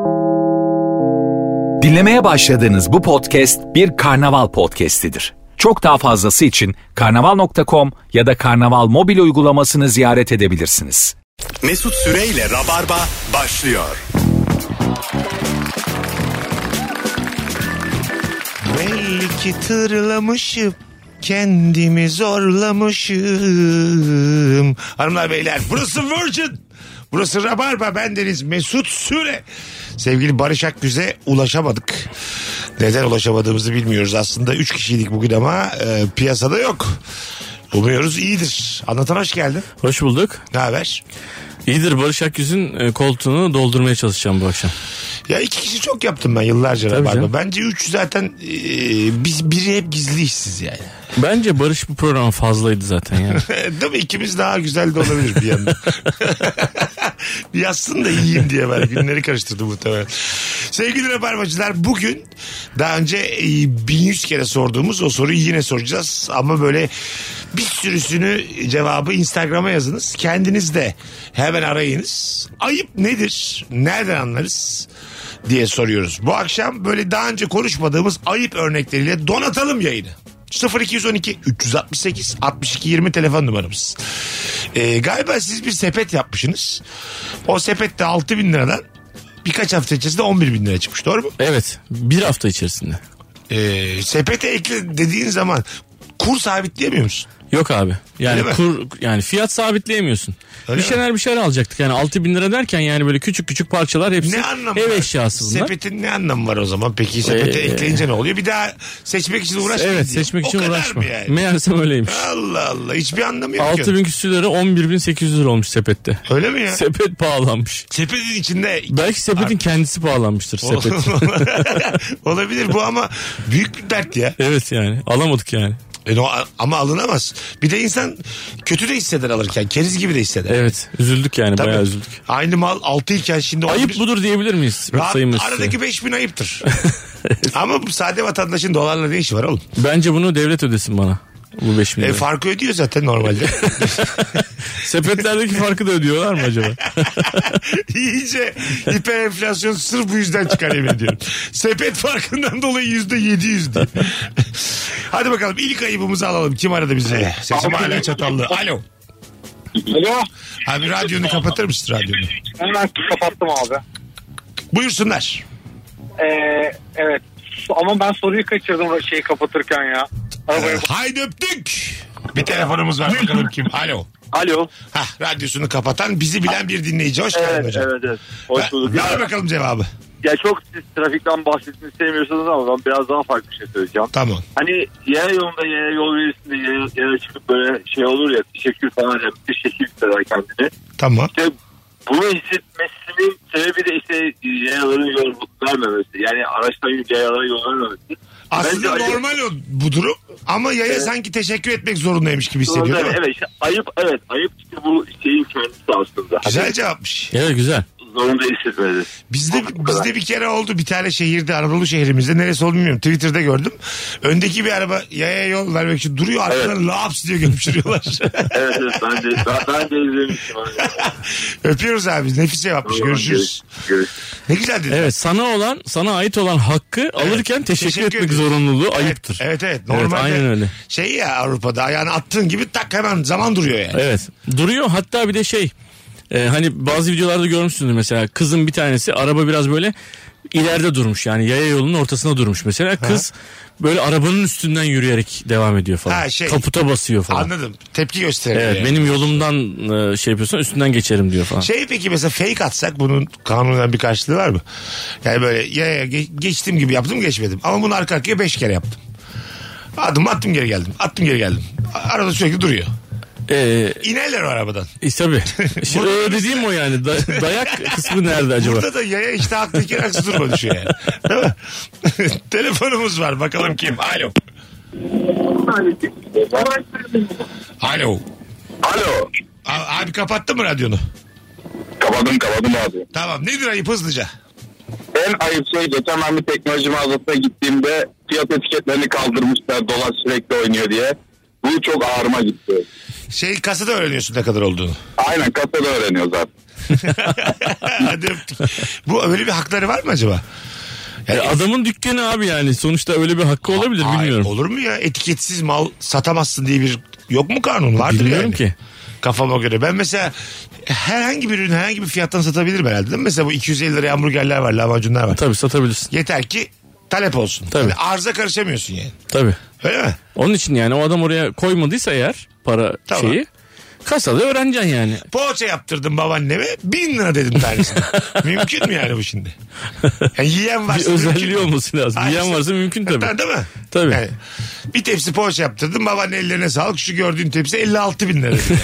Dinlemeye başladığınız bu podcast bir karnaval podcastidir. Çok daha fazlası için karnaval.com ya da karnaval mobil uygulamasını ziyaret edebilirsiniz. Mesut Süreyle Rabarba başlıyor. Belli ki tırlamışım, kendimi zorlamışım. Hanımlar beyler, burası Virgin, burası Rabarba, bendeniz Mesut Süre. Sevgili Barış Akgüz'e ulaşamadık. Neden ulaşamadığımızı bilmiyoruz aslında. 3 kişiydik bugün ama piyasada yok. Umuyoruz iyidir. Anlatan hoş geldin. Hoş bulduk. Ne haber? İyidir, Barış Akgüz'ün koltuğunu doldurmaya çalışacağım bu akşam. Ya 2 kişi çok yaptım ben yıllarca Rabarba. Canım. Bence 3 zaten biz biri hep gizli işsiz yani. Bence Barış bu program fazlaydı zaten yani. Değil mi? İkimiz daha güzel de olabilir bir yandan. Bir yazsın da iyiyim diye ben günleri karıştırdım muhtemelen. Sevgili Rabarbacılar, bugün daha önce 1100 kere sorduğumuz o soruyu yine soracağız. Ama böyle bir sürüsünü cevabı Instagram'a yazınız. Kendiniz de hemen arayınız. Ayıp nedir? Nereden anlarız? Diye soruyoruz. Bu akşam böyle daha önce konuşmadığımız ayıp örnekleriyle donatalım yayını. 0212 368 62 20 telefon numaramız. Galiba siz bir sepet yapmışsınız. O sepette 6.000 liradan birkaç hafta içerisinde 11.000 lira çıkmış, doğru mu? Evet, bir hafta içerisinde. Sepete ekle dediğin zaman kur sabitleyemiyor musun? Yok abi. Yani yani fiyat sabitleyemiyorsun. Öyle bir şeyler alacaktık. Yani 6.000 lira derken yani böyle küçük küçük parçalar hepsi ev eşyası bunlar. Sepetin ne anlamı var o zaman? Peki sepete ekleyince ne oluyor? Bir daha seçmek için uğraşmayın. Evet, seçmek için uğraşma. Yani? Meğersem öyleymiş. Allah Allah, hiçbir anlamı yok. 6.000 küsür lira 11.800 lira olmuş sepette. Öyle mi ya? Sepet pahalanmış. Sepetin içinde... Belki sepetin kendisi pahalanmıştır sepet. Olabilir bu ama büyük bir dert ya. Evet yani alamadık yani. Ama alınamaz. Bir de insan kötü de hisseder alırken. Keriz gibi de hisseder. Evet, üzüldük yani. Tabii. Bayağı üzüldük. Aynı mal 6 iken şimdi... Ayıp budur diyebilir miyiz? Aradaki 5.000 ayıptır. Ama bu sade vatandaşın dolarla ne işi var oğlum? Bence bunu devlet ödesin bana. Bu 5.000 lira. Farkı ödüyor zaten normalde. Sepetlerdeki farkı da ödüyorlar mı acaba? İyice hiper enflasyon sırf bu yüzden çıkar, emin ediyorum. Sepet farkından dolayı %700 diye. Hadi bakalım, ilk ayıbımızı alalım. Kim aradı bizi? Sesim hala çatallı. Alo. Alo. Abi radyonu kapatır mısın, radyonu? Hemen kapattım abi. Buyursunlar. Evet. Ama ben soruyu kaçırdım şeyi kapatırken ya. Haydi öptük. Bir telefonumuz var, bakalım kim? Alo. Alo. Radyosunu kapatan bizi bilen bir dinleyici. Hoş geldin hocam. Evet. Hoş bulduk. Ver bakalım cevabı. Ya çok siz trafikten bahsetmeyi sevmiyorsunuz ama ben biraz daha farklı bir şey söyleyeceğim. Tamam. Hani yaya yolunda, yaya yol verisinde yaya çıkıp böyle şey olur ya, teşekkür falan ya, teşekkür hisseder kendini. Tamam. İşte bunu hissetmesinin sebebi de işte yayaların yol vermemesi. Yani araçtan yayalara yol vermemesi. Aslında bence normal bu durum ama yaya sanki teşekkür etmek zorundaymış gibi hissediyor, değil mi? Evet, işte ayıp işte bu şeyin kendisi aslında. Güzel cevapmış. Evet, güzel. Zorunda hissetmedi. Bizde bir kere oldu, bir tane şehirde, Anadolu şehrimizde, neresi olduğunu bilmiyorum, Twitter'da gördüm. Öndeki bir araba yaya yol vermek için duruyor, arkadan laps diye gömçürüyorlar. Evet ben de izlemiştim. Öpüyoruz abi, nefis yapmış. Görüşürüz. Ne güzel dedin. Evet, sana ait olan hakkı alırken teşekkür etmek zorunluluğu ayıptır. Evet. Normalde aynen öyle. Şey ya, Avrupa'da ayağını attığın gibi tak hemen zaman duruyor yani. Evet, duruyor. Hatta bir de hani bazı videolarda görmüşsündür mesela, kızın bir tanesi araba biraz böyle ileride durmuş, yani yaya yolunun ortasına durmuş mesela, kız böyle arabanın üstünden yürüyerek devam ediyor falan. Kaputa basıyor falan. Anladım. Tepki gösteriyor. Evet, yani. benim yolumdan yapıyorsan üstünden geçerim diyor falan. Peki mesela fake atsak bunun kanunen bir karşılığı var mı? Yani böyle yaya geçtiğim gibi yaptım, geçmedim. Ama bunu arka arkaya 5 kere yaptım. Adım attım, geri geldim. Attım, geri geldim. Arada sürekli duruyor. İnerler o arabadan. Tabii. Dediğim o yani. Dayak kısmı nerede acaba? Burada da yaya işte haklıyken haksız duruma düşüyor yani. Değil mi? Telefonumuz var. Bakalım kim? Alo. Alo. Alo. Abi kapattın mı radyonu? Kapadım abi. Tamam. Nedir ayıp, hızlıca? En ayıp şey, geçen ben bir teknoloji mağazasına gittiğimde fiyat etiketlerini kaldırmışlar, dolar sürekli oynuyor diye. Bu çok ağrıma gitti. Kasada öğreniyorsun ne kadar olduğunu. Aynen, kasada öğreniyor zaten. Hadi öptük. Bu öyle bir hakları var mı acaba? Yani Adamın dükkanı abi yani. Sonuçta öyle bir hakkı olabilir, Hayır, bilmiyorum. olur mu ya? Etiketsiz mal satamazsın diye bir yok mu kanun? Vardır Bilmiyorum yani. ki. Kafama göre. Ben mesela herhangi bir ürün herhangi bir fiyattan satabilirim herhalde değil mi? Mesela bu 250 liraya hamburgerler var, lahmacunlar var. Tabii satabilirsin. Yeter ki talep olsun. Tabii. Yani arıza karışamıyorsun yani. Tabii. Öyle mi? Onun için yani o adam oraya koymadıysa eğer para Tamam. şeyi, kasada öğreneceksin yani. Poğaça yaptırdım babaanneme 1000 lira dedim tanesine. Mümkün mü yani bu şimdi? Yani yiyen Bir varsa özelliği mümkün mü? olması lazım. Hayır, Yiyen işte- varsa mümkün tabii. Değil mi? Tabii. Yani bir tepsi poğaça yaptırdım, babaanne ellerine sağlık, şu gördüğün tepsi 56 bin lira dedim.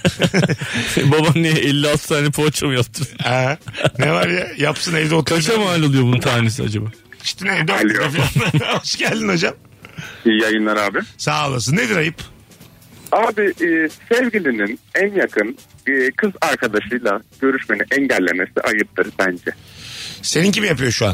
Babaanneye 56 tane poğaça mı yaptın? Ha, ne var ya, yapsın evde oturur. Kaça mal oluyor bunun tanesi acaba? İşte ne 4 lira falan. Hoş geldin hocam. İyi yayınlar abi. Sağ olasın. Nedir ayıp? Abi sevgilinin en yakın kız arkadaşıyla görüşmeni engellemesi ayıptır bence. Seninki mi yapıyor şu an?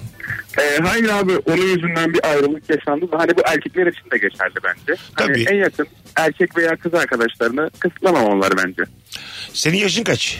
Hayır abi, onun yüzünden bir ayrılık yaşandı. Hani bu erkekler için de geçerli bence. Hani Tabii. en yakın erkek veya kız arkadaşlarını kısıtlamamaları bence. Senin yaşın kaç?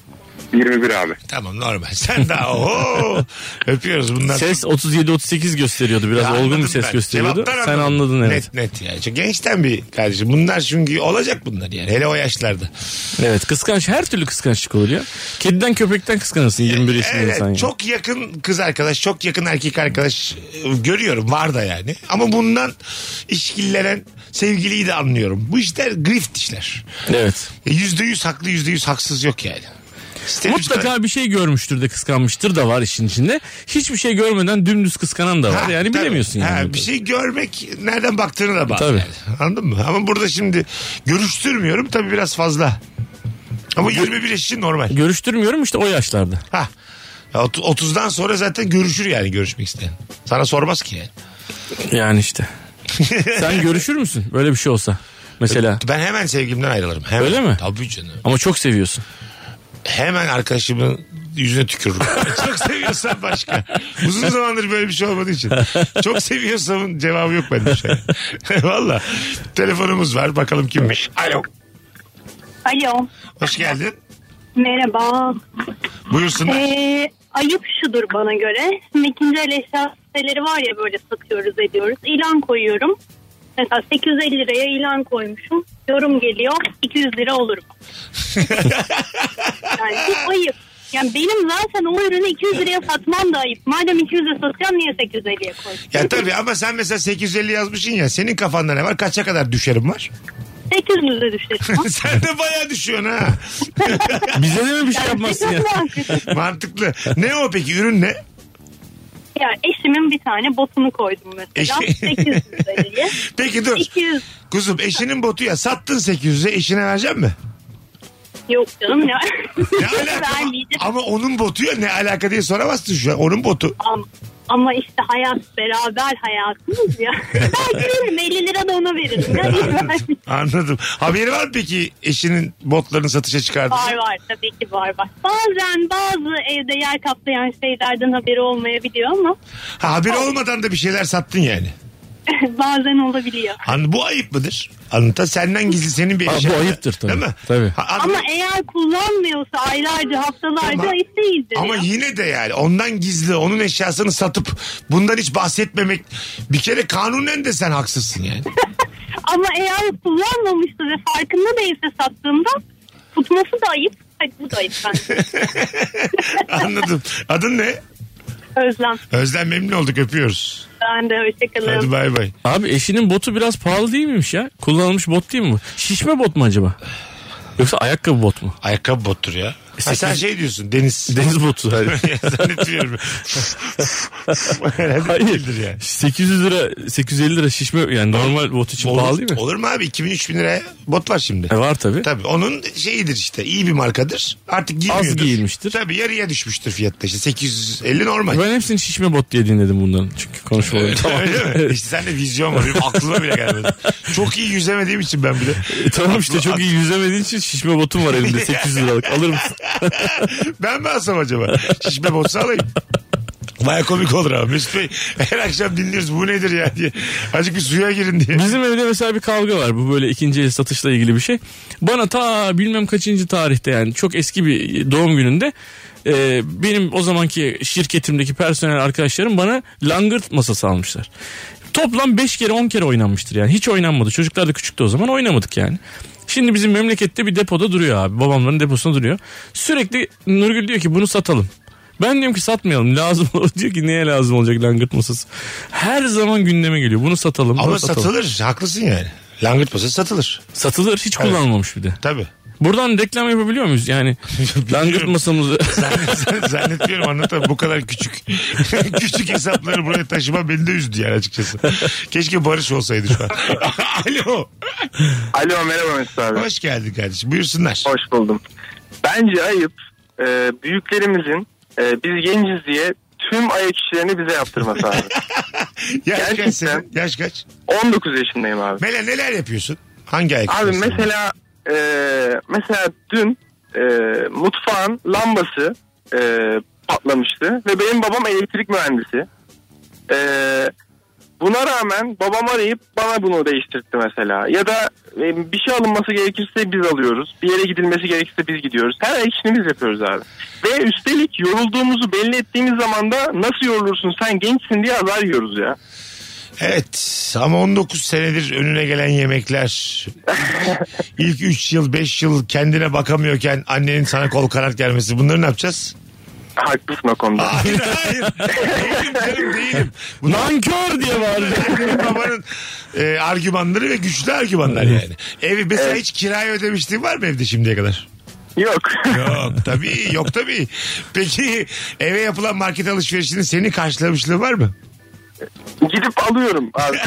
21 abi. Tamam, normal. Sen daha oho. Öpüyoruz bundan. Ses 37-38 gösteriyordu. Biraz Ya olgun bir anladım ses ben. gösteriyordu. Cevaptan Sen anladım. anladın evet. Net yani. Çok gençten bir kardeşim. Bunlar çünkü olacak bunlar yani. Hele o yaşlarda. Evet, kıskanç, her türlü kıskançlık olur ya. Kediden köpekten kıskanırsın 21 yaşında Evet, insan. Yani. çok yakın kız arkadaş, çok yakın erkek arkadaş görüyorum. Var da yani. Ama bundan işkillenen sevgiliyi de anlıyorum. Bu işler grift işler. Evet. %100 haklı, %100 haksız yok yani. İstediğimiz kadar- Mutlaka bir şey görmüştür de kıskanmıştır da var işin içinde. Hiçbir şey görmeden dümdüz kıskanan da var. Ha, Yani tabii. bilemiyorsun yani. Ha, bir şey görmek nereden baktığını da bağlı. Tabii. Yani. Anladın mı? Ama burada şimdi görüştürmüyorum tabii, biraz fazla. Ama 21 yaş için normal. Görüştürmüyorum işte o yaşlarda. Ha. Ya 30'dan sonra zaten görüşür yani, görüşmek isteyen. Sana sormaz ki yani. Yani işte. Sen görüşür müsün böyle bir şey olsa? Mesela. Ben hemen sevgilimden ayrılırım. Hemen. Öyle mi? Tabii canım. Ama çok seviyorsun. Hemen arkadaşımın yüzüne tükürürüm. Çok seviyorsam başka. Uzun zamandır böyle bir şey olmadığı için. Çok seviyorsamın cevabı yok bende şu an. Valla. Telefonumuz var. Bakalım kimmiş. Alo. Alo. Hoş geldin. Merhaba. Buyursunlar. Ayıp şudur bana göre. Şimdi ikinci el eşya siteleri var ya, böyle satıyoruz ediyoruz. İlan koyuyorum. Mesela 850 liraya ilan koymuşum. Yorum geliyor 200 lira olur mu? Yani bu ayıp. Yani benim zaten o ürünü 200 liraya satmam da ayıp. Madem 200'e satacağım, niye 850'ye koydum? Ya tabii, ama sen mesela 850 yazmışsın ya. Senin kafanda ne var? Kaça kadar düşerim var? 800'e düşerim. Sen de bayağı düşüyorsun ha. Bize de mi bir şey yapmazsın ya? Mantıklı. Ne o peki? Ürün ne? Ya eşimin bir tane botunu koydum mesela. 850'ye. Peki dur. 200. Kuzum, eşinin botu ya. Sattın 800'e, eşine verecek mi? Yok canım ya. Ne alaka? Vermeyeceğim. Ama onun botu ya, ne alaka diye soramazsın şu an. Onun botu. Ama işte hayat, beraber hayatımız ya. Ben veririm 50 lira da ona veririm. Ya. Anladım. Haberi var mı peki eşinin botlarını satışa çıkardığını? Var tabii ki var. Bazen bazı evde yer kaplayan şeylerden haberi olmayabiliyor ama Ha, haberi olmadan da bir şeyler sattın yani. bazen olabiliyor. Bu ayıp mıdır? Anlatan senden gizli senin bir eşya. Bu ayıptır tabii. Değil mi? Tabii. Ama eğer kullanmıyorsa aylarca, haftalarca ayıp değildir. Ama ya. yine de yani ondan gizli, onun eşyasını satıp bundan hiç bahsetmemek, bir kere kanunen de sen haksızsın yani. Ama eğer kullanmamışsa ve farkında değilse sattığında tutması da ayıp. Hayır, bu da ayıp bence. Anladım. Adın ne? Özlem. Özlem, memnun olduk, öpüyoruz. Ben de hoşçakalın. Hadi bay bay. Abi eşinin botu biraz pahalı değil miymiş ya? Kullanılmış bot değil mi bu? Şişme bot mu acaba? Yoksa ayakkabı bot mu? Ayakkabı bottur ya. Ha, sen şey diyorsun, deniz. Deniz botu. Hayır. Zannetmiyorum. Herhalde Hayır. değildir yani. 800 lira 850 lira şişme yani normal bot için pahalı değil mi? Olur mu abi? 2000-3000 liraya bot var şimdi. Var tabii. Tabii onun şeyidir işte, iyi bir markadır. Artık giymiyordur. Az giyilmiştir. Tabii yarıya düşmüştür fiyatta işte, 850 normal. Ben hepsini şişme bot diye dinledim bundan. Çünkü konuşmaları. Tamam. Öyle mi? İşte sende vizyon var. Benim aklıma bile gelmedi. Çok iyi yüzemediğim için ben bile. Tamam işte çok iyi yüzemediğin için şişme botum var elimde 800 liralık. Alır mısın? Ben mi alsam acaba? Şişme botsa alayım. Baya komik olur ama. Mesut Bey her akşam dinliyoruz bu nedir ya diye. Azıcık bir suya girin diye. Bizim evde mesela bir kavga var. Bu böyle ikinci el satışla ilgili bir şey. Bana ta bilmem kaçıncı tarihte, yani çok eski bir doğum gününde benim o zamanki şirketimdeki personel arkadaşlarım bana langırt masası almışlar. Toplam 5 kere 10 kere oynanmıştır yani. Hiç oynanmadı. Çocuklar da küçüktü o zaman, oynamadık yani. Şimdi bizim memlekette bir depoda duruyor abi. Babamların deposunda duruyor. Sürekli Nurgül diyor ki bunu satalım. Ben diyorum ki satmayalım, lazım olur. Diyor ki neye lazım olacak langırt masası? Her zaman gündeme geliyor. Bunu satalım. Ama bunu satalım. satılır. Haklısın yani. Langırt masası satılır. Satılır. Hiç kullanılmamış bir de. Tabii. Buradan reklam yapabiliyor muyuz? Yani langırt masamızı. Zannetmiyorum, anlatamam. Bu kadar küçük. Küçük hesapları buraya taşıma beni de üzdü yani açıkçası. Keşke Barış olsaydı şu an. Alo. Alo, merhaba Mesut abi. Hoş geldin kardeşim. Buyursunlar. Hoş buldum. Bence ayıp büyüklerimizin biz genciz diye tüm ayak işlerini bize yaptırması abi. Yaş kaç Gerçekten. senin? Yaş kaç? 19 yaşındayım abi. Neler yapıyorsun? Hangi ayak Abi işi? mesela dün mutfağın lambası patlamıştı ve benim babam elektrik mühendisi. Buna rağmen babam arayıp bana bunu değiştirtti mesela. Ya da bir şey alınması gerekirse biz alıyoruz. Bir yere gidilmesi gerekirse biz gidiyoruz. Her işini biz yapıyoruz abi. Ve üstelik yorulduğumuzu belli ettiğimiz zaman da nasıl yorulursun sen gençsin diye azar yiyoruz ya. Evet ama 19 senedir önüne gelen yemekler, ilk 3 yıl 5 yıl kendine bakamıyorken annenin sana kol kanat gelmesi, bunları ne yapacağız? Haklısın o konuda. Hayır. Değilim canım, değilim. Nankör diye bağırıyor. Annenin babanın argümanları ve güçlü argümanlar yani. Evi mesela hiç kiraya ödemişliğin var mı evde şimdiye kadar? Yok. Yok tabii. Peki eve yapılan market alışverişinin seni karşılamışlığı var mı? Gidip alıyorum abi.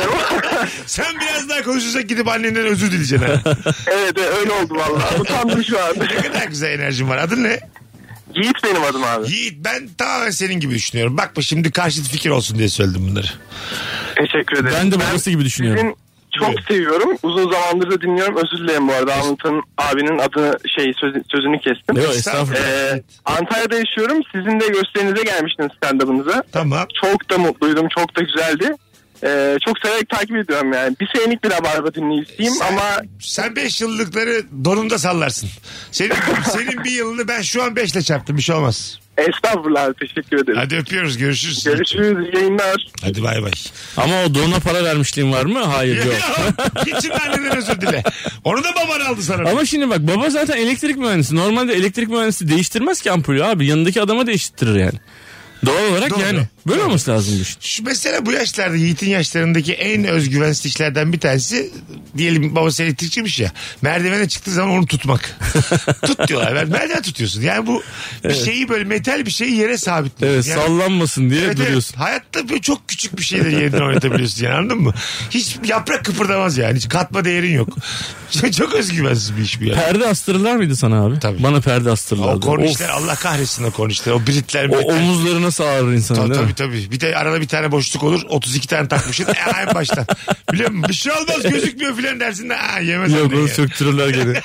Sen biraz daha konuşursak gidip annenden özür dileyeceksin ha. Evet öyle oldu vallahi. Utandım şu an. Ne kadar güzel enerjin var. Adın ne? Yiğit benim adım abi. Yiğit, ben tamamen senin gibi düşünüyorum. Bakma şimdi karşıt fikir olsun diye söyledim bunları. Teşekkür ederim. Ben de babası gibi düşünüyorum. Sizin çok seviyorum. Uzun zamandır da dinliyorum. Özür dilerim bu arada. Anlatan abinin adını sözünü kestim. Yok estağfurullah. Antalya'da yaşıyorum. Sizin de gösterinize gelmiştim, stand-up'ınıza. Tamam. Çok da mutluydum. Çok da güzeldi. Çok severek takip ediyorum yani. Bir senelik bir Rabarba dinleyiciyim ama... Sen 5 yıllıkları donunda sallarsın. Senin bir yılını ben şu an 5'le çarptım. Bir şey olmaz. Estağfurullah, teşekkür ederim. Hadi öpüyoruz, görüşürüz. Görüşürüz, yayınlar. Hadi bay bay. Ama o dona para vermişliğin var mı? Hayır yok. Git şimdi anneden özür dile. Onu da baban aldı sana. Ama şimdi bak, baba zaten elektrik mühendisi. Normalde elektrik mühendisi değiştirmez ki ampulü abi. Yanındaki adama değiştirir yani. Doğal olarak Doğru. yani. Böyle olması lazım bu iş. Şu mesela bu yaşlarda, Yiğit'in yaşlarındaki en özgüvensiz işlerden bir tanesi, diyelim babası elektrikçiymiş ya, merdivene çıktığı zaman onu tutmak. Tut diyorlar. Merdiven tutuyorsun. Yani bu bir şeyi, böyle metal bir şeyi yere sabitliyorsun. Evet, Yani, sallanmasın diye evet, duruyorsun. hayatta böyle çok küçük bir şeyleri yerinden oynatabiliyorsun yani, anladın mı? Hiç yaprak kıpırdamaz yani. Hiç katma değerin yok. Çok özgüvensiz bir iş bu yani. Perde astırırlar mıydı sana abi? Tabii. Bana perde astırırlardı. O kornişler, Allah kahretsin o kornişler. O Britler. O omuzları nasıl ağrır insanın, değil mi? Tabii. Bir de arada bir tane boşluk olur. 32 tane takmışsın. En baştan. Biliyor musun? Bir şey olmaz, gözükmüyor filan dersin de. Yemez. Yok, onu söktürürler geri.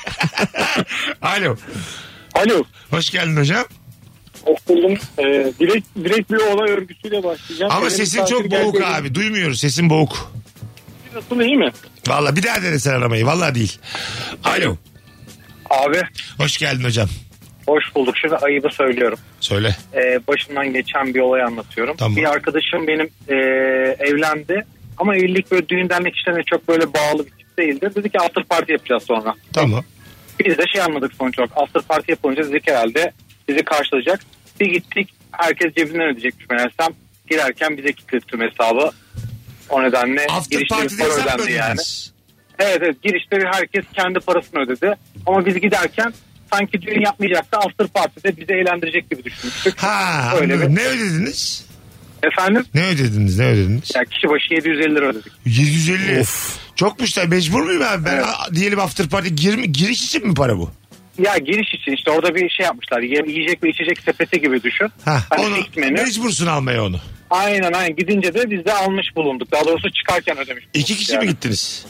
Alo. Alo. Hoş geldin hocam. Hoş buldum. Direkt bir olay örgüsüyle başlayacağım. Ama sesin çok boğuk abi. Duymuyoruz. Sesin boğuk. Nasıl, iyi mi? Valla bir daha denesen aramayı. Valla değil. Alo. Abi Hoş geldin hocam. hoş bulduk. Şimdi ayıbı söylüyorum. Söyle. Başımdan geçen bir olay anlatıyorum. Tamam. Bir arkadaşım benim evlendi. Ama evlilik böyle düğün dernek işlerine çok böyle bağlı bir tip değildi. Dedi ki after party yapacağız sonra. Tamam. Biz de anladık sonuç olarak. After party yapınca dedik herhalde bizi karşılayacak. Bir gittik, herkes cebinden ödeyecekmiş meğersem. Girerken bize kilitledik tüm hesabı. O nedenle After girişte bir party'de para hesap ödendi yani. ödediniz. Evet, girişte herkes kendi parasını ödedi. Ama biz giderken sanki düğün yapmayacaktı, after party'de bizi eğlendirecek gibi düşünmüştük. Ha, Öyle anladım. bir- Ne ödediniz? Efendim? Ne ödediniz? Yani kişi başı 750 lira ödedik. 750. Of. Çokmuş da, mecbur muyum abi? Ben Evet. diyelim after party giriş için mi para bu? Ya giriş için işte orada bir şey yapmışlar. Yiyecek ve içecek sepeti gibi düşün. Ha, Hani onu fix menü. mecbursun almaya onu. Aynen. Gidince de biz de almış bulunduk. Daha doğrusu çıkarken ödemiş bulunduk. 2 kişi mi gittiniz?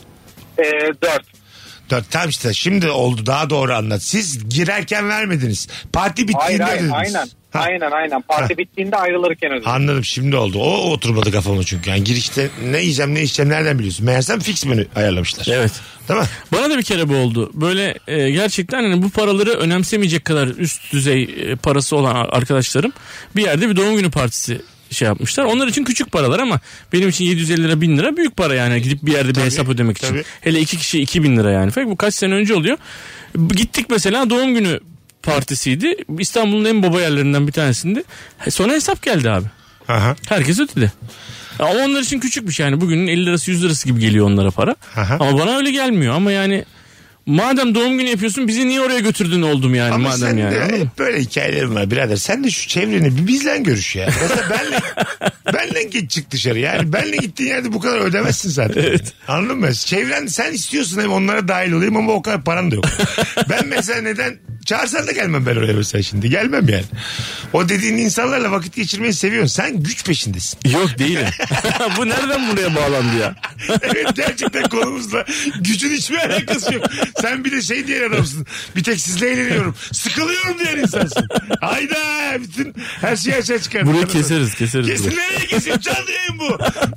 4. 4. Tamam işte, şimdi oldu, daha doğru anlat. Siz girerken vermediniz. Parti bittiğinde ödediniz. Aynen. Aynen. Parti bittiğinde ayrılırken ödedim. Anladım, şimdi oldu. O oturmadı kafama çünkü. Yani girişte ne yiyeceğim ne içeceğim nereden biliyorsun? Meğersem fix menü ayarlamışlar. Evet. Değil mi? Bana da bir kere bu oldu. Böyle gerçekten hani bu paraları önemsemeyecek kadar üst düzey parası olan arkadaşlarım bir yerde bir doğum günü partisi şey yapmışlar. Onlar için küçük paralar ama benim için 750 lira 1000 lira büyük para yani. Gidip bir yerde bir hesap ödemek için. Hele 2 kişi 2000 lira yani. Bu kaç sene önce oluyor. Gittik mesela, doğum günü partisiydi. İstanbul'un en baba yerlerinden bir tanesinde. Sonra hesap geldi abi. Aha. Herkes ödedi. Ama onlar için küçük bir şey yani. Bugünün 50 lirası 100 lirası gibi geliyor onlara para. Aha. Ama bana öyle gelmiyor. Ama yani madem doğum günü yapıyorsun bizi niye oraya götürdün oldum yani. Ama madem sen yani. de hep böyle hikayelerim var birader. Sen de şu çevreni bir bizle görüş ya. Mesela benle git çık dışarı. Yani benle gittiğin yerde bu kadar ödemezsin zaten. Evet. Anladın mı? Çevren, sen istiyorsun hem onlara dahil olayım ama o kadar paran da yok. Ben mesela neden çağırsan da gelmem ben oraya mesela şimdi. Gelmem yani. O dediğin insanlarla vakit geçirmeyi seviyorsun. Sen güç peşindesin. Yok değilim. Bu nereden buraya bağlandı ya? Evet, gerçekten konumuzla gücün hiçbir alakası yok. Sen bir de şey diyen adamsın. Bir tek sizle eğleniyorum. Sıkılıyorum diyen insansın. Hayda, bütün her şeyi açığa çıkar. Burayı keseriz. Kesin, nereye keseyim? Canlı yayın bu.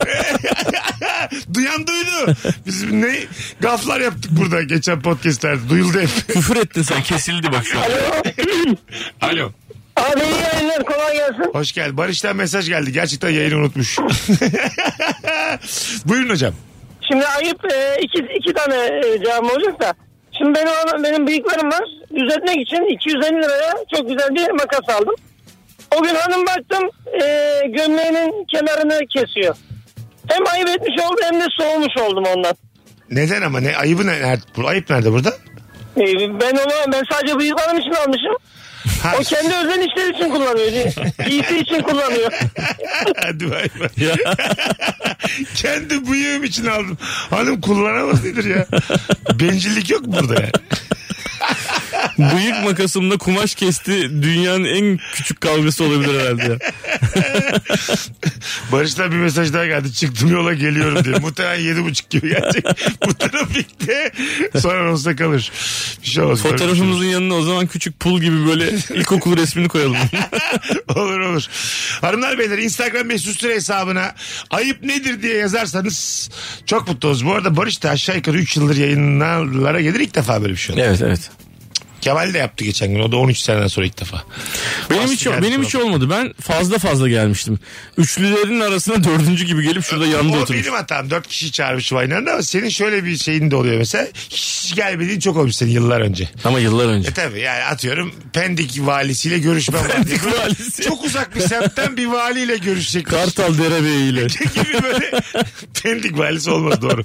Duyan duydu. Biz ne gaflar yaptık burada geçen podcastlerde. Duyuldu hep. Küfür ettin sen, kesildi bak şu an. Alo. Abi iyi yayınlar, kolay gelsin. Hoş geldin. Barış'tan mesaj geldi. Gerçekten yayını unutmuş. Buyurun hocam. Şimdi ayıp iki tane cevabım olacak da. Şimdi benim bıyıklarım var. Düzeltmek için 250 liraya çok güzel bir makas aldım. O gün hanım baktım gömleğinin kenarını kesiyor. Hem ayıp etmiş oldum hem de soğumuş oldum ondan. Neden ama ne? Ayıbı ne? Ayıp nerede burada? Ben sadece bıyıklarım için almışım. Ha. O kendi özel işler için kullanıyor. Giysi için kullanıyor. Hadi bay bay. Kendi bıyığım için aldım. Hanım kullanamaz nedir ya? Bencillik yok mu burada yani? Bıyık makasımla kumaş kesti, dünyanın en küçük kavgası olabilir herhalde ya. Barış'tan bir mesaj daha geldi. Çıktım yola geliyorum diye. Muhtemelen 7.30 gibi gelecek. Bu trafikte sonra olsa kalır. Bir şey olmaz. Fotoğrafımızın yanına o zaman küçük pul gibi böyle ilkokul resmini koyalım. Olur. Hanımlar beyler, Instagram mesut süre hesabına ayıp nedir diye yazarsanız çok mutlu oluruz. Bu arada Barış da aşağı yukarı 3 yıldır yayınlara gelir, ilk defa böyle bir şey oldu. Evet. Kemal de yaptı geçen gün. O da 13 seneden sonra ilk defa. Benim hiç olmadı. Ben fazla gelmiştim. Üçlülerin arasına dördüncü gibi gelip şurada yanında oturmuş. O benim hatam. 4 kişi çağırmış Vaynar'da ama senin şöyle bir şeyin de oluyor mesela. Hiç gelmediğin çok olmuş senin yıllar önce. Ama yıllar önce. Tabii yani atıyorum Pendik valisiyle görüşmem var. Pendik valisi. Çok uzak bir semtten bir valiyle görüşecek. Kartal Derebeyi ile. gibi böyle Pendik valisi olmaz, doğru.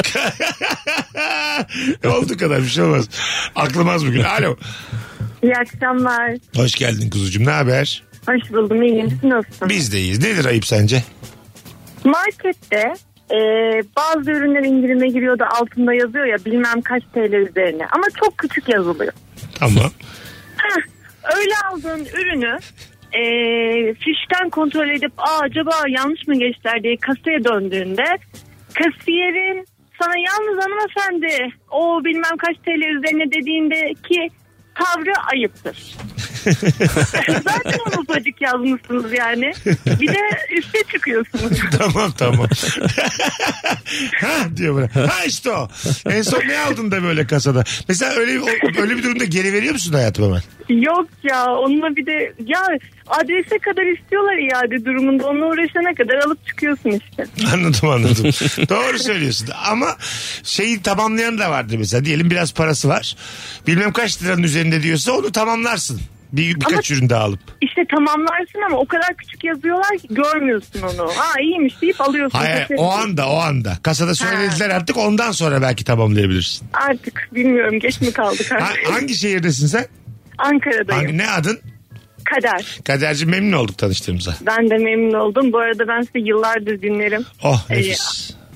Olduğu kadar bir şey olmaz. Aklım az bugün. Alo. İyi akşamlar. Hoş geldin kuzucuğum. Ne haber? Hoş buldum. İyiyim. Siz nasılsınız? Biz de iyiyiz. Nedir ayıp sence? Markette bazı ürünler indirime giriyor da altında yazıyor ya bilmem kaç TL üzerine. Ama çok küçük yazılıyor. Tamam. Öyle aldığın ürünü fişten kontrol edip acaba yanlış mı geçtiler diye kasaya döndüğünde kasiyerin sana yalnız hanımefendi o bilmem kaç TL üzerine dediğindeki tavrı ayıptır. Zaten onu ufacık yazmışsınız yani. Bir de üste çıkıyorsunuz. Tamam. Ha diyor bana. Ha işte o. En son ne aldın da böyle kasada? Mesela öyle bir durumda geri veriyor musun hayatım hemen? Yok ya, onunla bir de ya adrese kadar istiyorlar iade durumunda, onunla uğraşana kadar alıp çıkıyorsun işte. Anladım. Doğru söylüyorsun. Ama şeyi tamamlayan da vardır mesela. Diyelim biraz parası var. Bilmem kaç liranın üzerinde diyorsa onu tamamlarsın. Birkaç ürün daha alıp. İşte tamamlarsın ama o kadar küçük yazıyorlar ki görmüyorsun onu. Ha iyiymiş deyip alıyorsun. Hayır, o anda. Kasada söylediler artık, ondan sonra belki tamamlayabilirsin. Artık bilmiyorum, geç mi kaldık artık. Hangi şehirdesin sen? Ankara'dayım. Ne adın? Kader. Kaderciğim, memnun olduk tanıştığımıza. Ben de memnun oldum. Bu arada ben sizi yıllardır dinlerim. Oh nefis.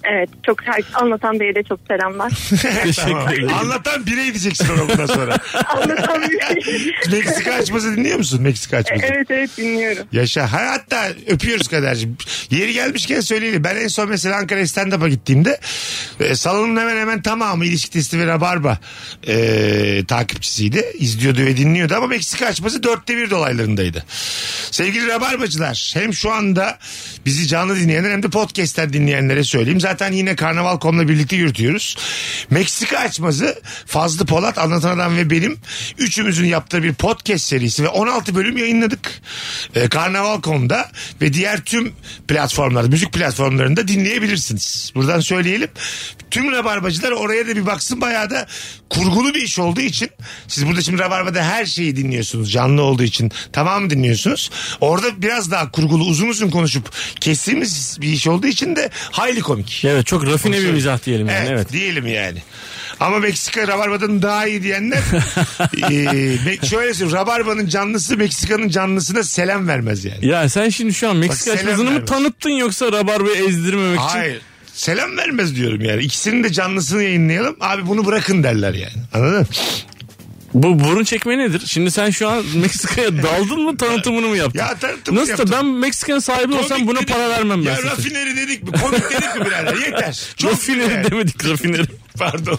Evet, çok anlatan beye de çok selamlar. Tamam. Anlatan birey diyeceksin ona bundan sonra. Anlatan beye. Meksika açması dinliyor musun? Meksika açması. Evet dinliyorum. Yaşa. Hatta öpüyoruz Kader'cim. Yeri gelmişken söyleyelim. Ben en son mesela Ankara stand-up'a gittiğimde salonun hemen tamamı ilişki testi ve Rabarba takipçisiydi. İzliyordu ve dinliyordu ama Meksika açması 1/4 dolaylarındaydı. Sevgili Rabarbacılar, hem şu anda bizi canlı dinleyenler hem de podcast'ten dinleyenlere söyleyeyim. Zaten yine Karnaval.com'la birlikte yürütüyoruz. Meksika açması Fazlı Polat, Anlatan Adam ve benim üçümüzün yaptığı bir podcast serisi ve 16 bölüm yayınladık. Karnaval.com'da ve diğer tüm platformlarda, müzik platformlarında dinleyebilirsiniz. Buradan söyleyelim. Tüm Rabarbacılar oraya da bir baksın. Bayağı da kurgulu bir iş olduğu için, siz burada şimdi Rabarba'da her şeyi dinliyorsunuz. Canlı olduğu için tamam dinliyorsunuz. Orada biraz daha kurgulu, uzun konuşup kestiğimiz bir iş olduğu için de hayli komik. Evet, çok rafine bir mizah diyelim yani. Evet. Diyelim yani. Ama Meksika Rabarba'dan daha iyi diyenler şöyle söyleyeyim, Rabarba'nın canlısı Meksika'nın canlısına selam vermez yani. Ya sen şimdi şu an Meksika açmasını mı tanıttın yoksa Rabarba'yı ezdirmemek için? Hayır. Selam vermez diyorum yani. İkisinin de canlısını yayınlayalım. Abi bunu bırakın derler yani. Anladın mı? Bu burun çekme nedir? Şimdi sen şu an Meksika'ya daldın mı, tanıtımını mı yaptın? Ya tanıtımını nasıl yaptım. Da ben Meksika'nın sahibi komik olsam buna dedik, para vermem ben. Ya size. rafineri dedik mi? Komik dedik mi birader? Yeter. Çok rafineri yani. demedik, rafineri. Pardon.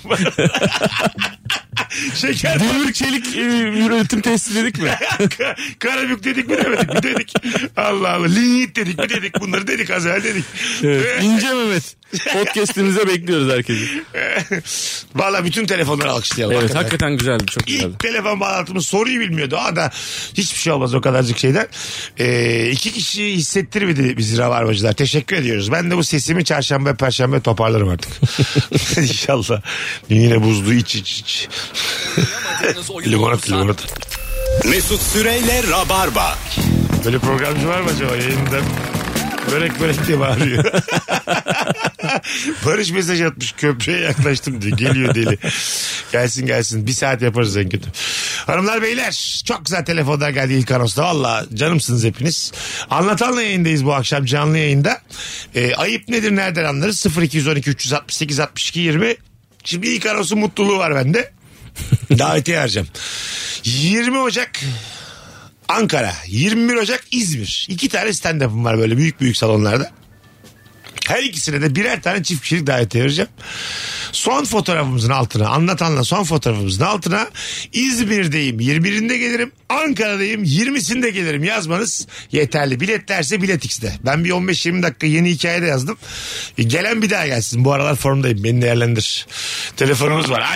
Şeker. Demir çelik üretim tesisi dedik mi? Karabük dedik mi demedik mi dedik. Allah Allah. Linyit dedik mi dedik. Bunları dedik az evvel dedik. Evet, İnce Mehmet. Podcast'imize bekliyoruz herkesi. Valla bütün telefonları alkışlayalım. Evet, hakikaten güzeldi, çok güzeldi. İlk telefon bağlantımız soruyu bilmiyordu. Da hiçbir şey olmaz o kadarcık şeyden. 2 kişi hissettirmedi bizi Rabarbacılar. Teşekkür ediyoruz. Ben de bu sesimi çarşamba perşembe toparlarım artık. İnşallah. Yine buzlu iç. Limonata. Mesut Süreyle Rabarba. Böyle programcı var mı acaba yayında? Börek diye bağırıyor. Barış mesaj atmış, köprüye yaklaştım diyor. Geliyor deli. Gelsin. 1 saat yaparız en kötü. Hanımlar beyler, çok güzel telefonlar geldi ilk anonsta. Valla canımsınız hepiniz. Anlatanla yayındayız bu akşam, canlı yayında. Ayıp nedir, nereden anlarız? 0212 368 62 20. Şimdi ilk anonsun mutluluğu var bende. Davetiye vereceğim. 20 Ocak Ankara, 21 Ocak İzmir. 2 tane stand-up'ım var böyle büyük salonlarda. Her ikisine de birer tane çift kişilik davetiye vereceğim. Son fotoğrafımızın altına, Anlatan'la son fotoğrafımızın altına İzmir'deyim 21'inde gelirim, Ankara'dayım 20'sinde gelirim yazmanız yeterli. Biletlerse Bilet X'de. Ben bir 15-20 dakika yeni hikaye de yazdım. Gelen bir daha gelsin. Bu aralar formdayım. Beni değerlendir. Telefonumuz var.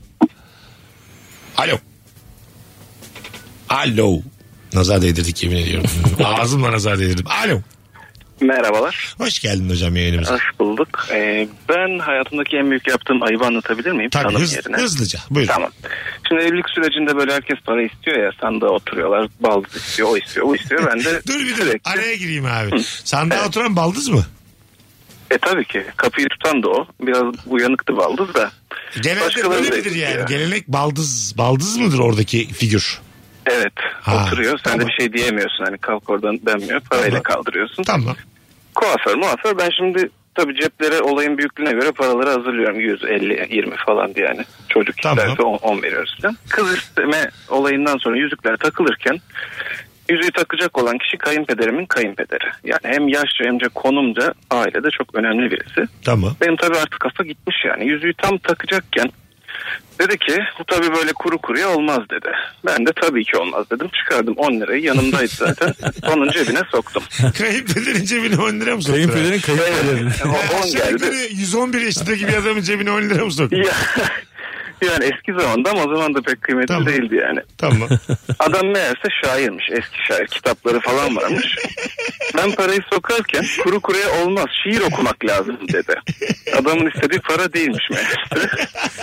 Alo. Nazar değdirdik yemin ediyorum. Ağzımla nazar değdirdim. Alo. Merhabalar. Hoş geldin hocam yayınımıza. Hoş bulduk. Ben hayatımdaki en büyük yaptığım ayıbı anlatabilir miyim? Tabii hızlıca. Buyurun. Tamam. Şimdi evlilik sürecinde böyle herkes para istiyor ya. Sandığa oturuyorlar. Baldız istiyor, o istiyor, o istiyor. Ben de Dur araya gireyim abi. Sandığa oturan baldız mı? Tabii ki. Kapıyı tutan da o. Biraz uyanıktı baldız da. Genelde böyle midir yani? Gelenek baldız mıdır oradaki figür? Evet. Oturuyor. Sen de bir şey diyemiyorsun. Hani kalk oradan denmiyor. Parayla kaldırıyorsun. Tamam. Kuaför. Ben şimdi tabii ceplere olayın büyüklüğüne göre paraları hazırlıyorum. 100, 50, 20 falan diye yani. Çocuk isterse 10 veriyoruz falan. Kız isteme olayından sonra yüzükler takılırken yüzüğü takacak olan kişi kayınpederimin kayınpederi. Yani hem yaşça hem de konumca ailede çok önemli birisi. Tamam. Benim tabii artık kafa gitmiş yani. Yüzüğü tam takacakken dedi ki bu tabii böyle kuru kuruya olmaz dedi. Ben de tabii ki olmaz dedim. Çıkardım 10 lirayı, yanımdaydı zaten. Onun cebine soktum. Kayınpederin cebine 10 lira mı soktun? Kayınpederin kayınpederin. 10 geldi. 111 yaşındaki bir adamın cebine 10 lira mı soktun? Yani eski zamanda ama o zaman da pek kıymetli değildi yani. Tamam. Adam meğerse şairmiş. Eski şair, kitapları falan varmış. Ben parayı sokarken kuru kuruya olmaz, şiir okumak lazım dedi. Adamın istediği para değilmiş meğerse.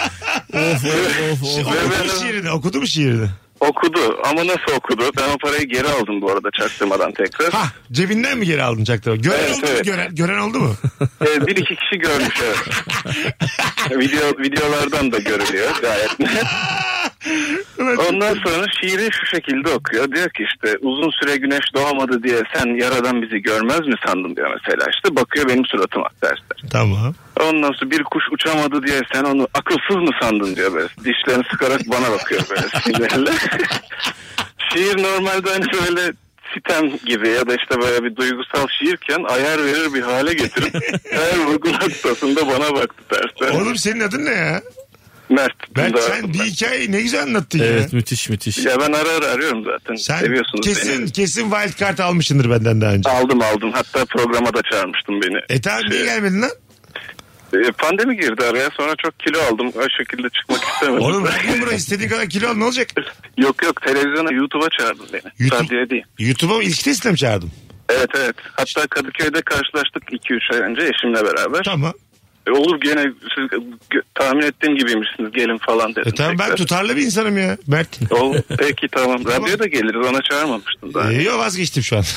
Okudu mu şiirini? Okudu ama nasıl okudu? Ben o parayı geri aldım bu arada çaktırmadan tekrar. Cebinden mi geri aldın çaktırmadan? Gören oldu mu? Bir iki kişi görmüş evet. Videolardan da görülüyor gayet net. Ondan sonra şiiri şu şekilde okuyor. Diyor ki işte uzun süre güneş doğamadı diye sen yaradan bizi görmez mi sandın diyor mesela. İşte bakıyor benim suratıma dersler. Tamam. Ondan sonra bir kuş uçamadı diye sen onu akılsız mı sandın diyor böyle. Dişlerini sıkarak bana bakıyor böyle sinirle. Şiir normalde hani böyle sitem gibi ya da işte böyle bir duygusal şiirken ayar verir bir hale getirip her vurgu noktasında bana baktı tersten. Oğlum senin adın ne ya? Mert. Sen bir hikayeyi ne güzel anlattın ya. Evet, müthiş. Ya ben ara arıyorum zaten. Sen seviyorsunuz beni. kesin wild card almışsındır benden daha önce. Aldım. Hatta programa da çağırmıştım beni. Tamam niye gelmedin lan? Pandemi girdi araya, sonra çok kilo aldım. O şekilde çıkmak istemedim. Oğlum ben buraya istediğin kadar kilo al, ne olacak? Yok televizyona, YouTube'a çağırdın beni. Radyoya değil. YouTube'a ilk testine mi çağırdım? Evet. Hatta Kadıköy'de karşılaştık 2-3 ay önce eşimle beraber. Tamam. Olur gene siz tahmin ettiğim gibiymişsiniz, gelin falan dedim. Tamam ben tutarlı bir insanım ya Mert. Peki tamam. Radyoya da geliriz, ona çağırmamıştım daha. Yok vazgeçtim şu an.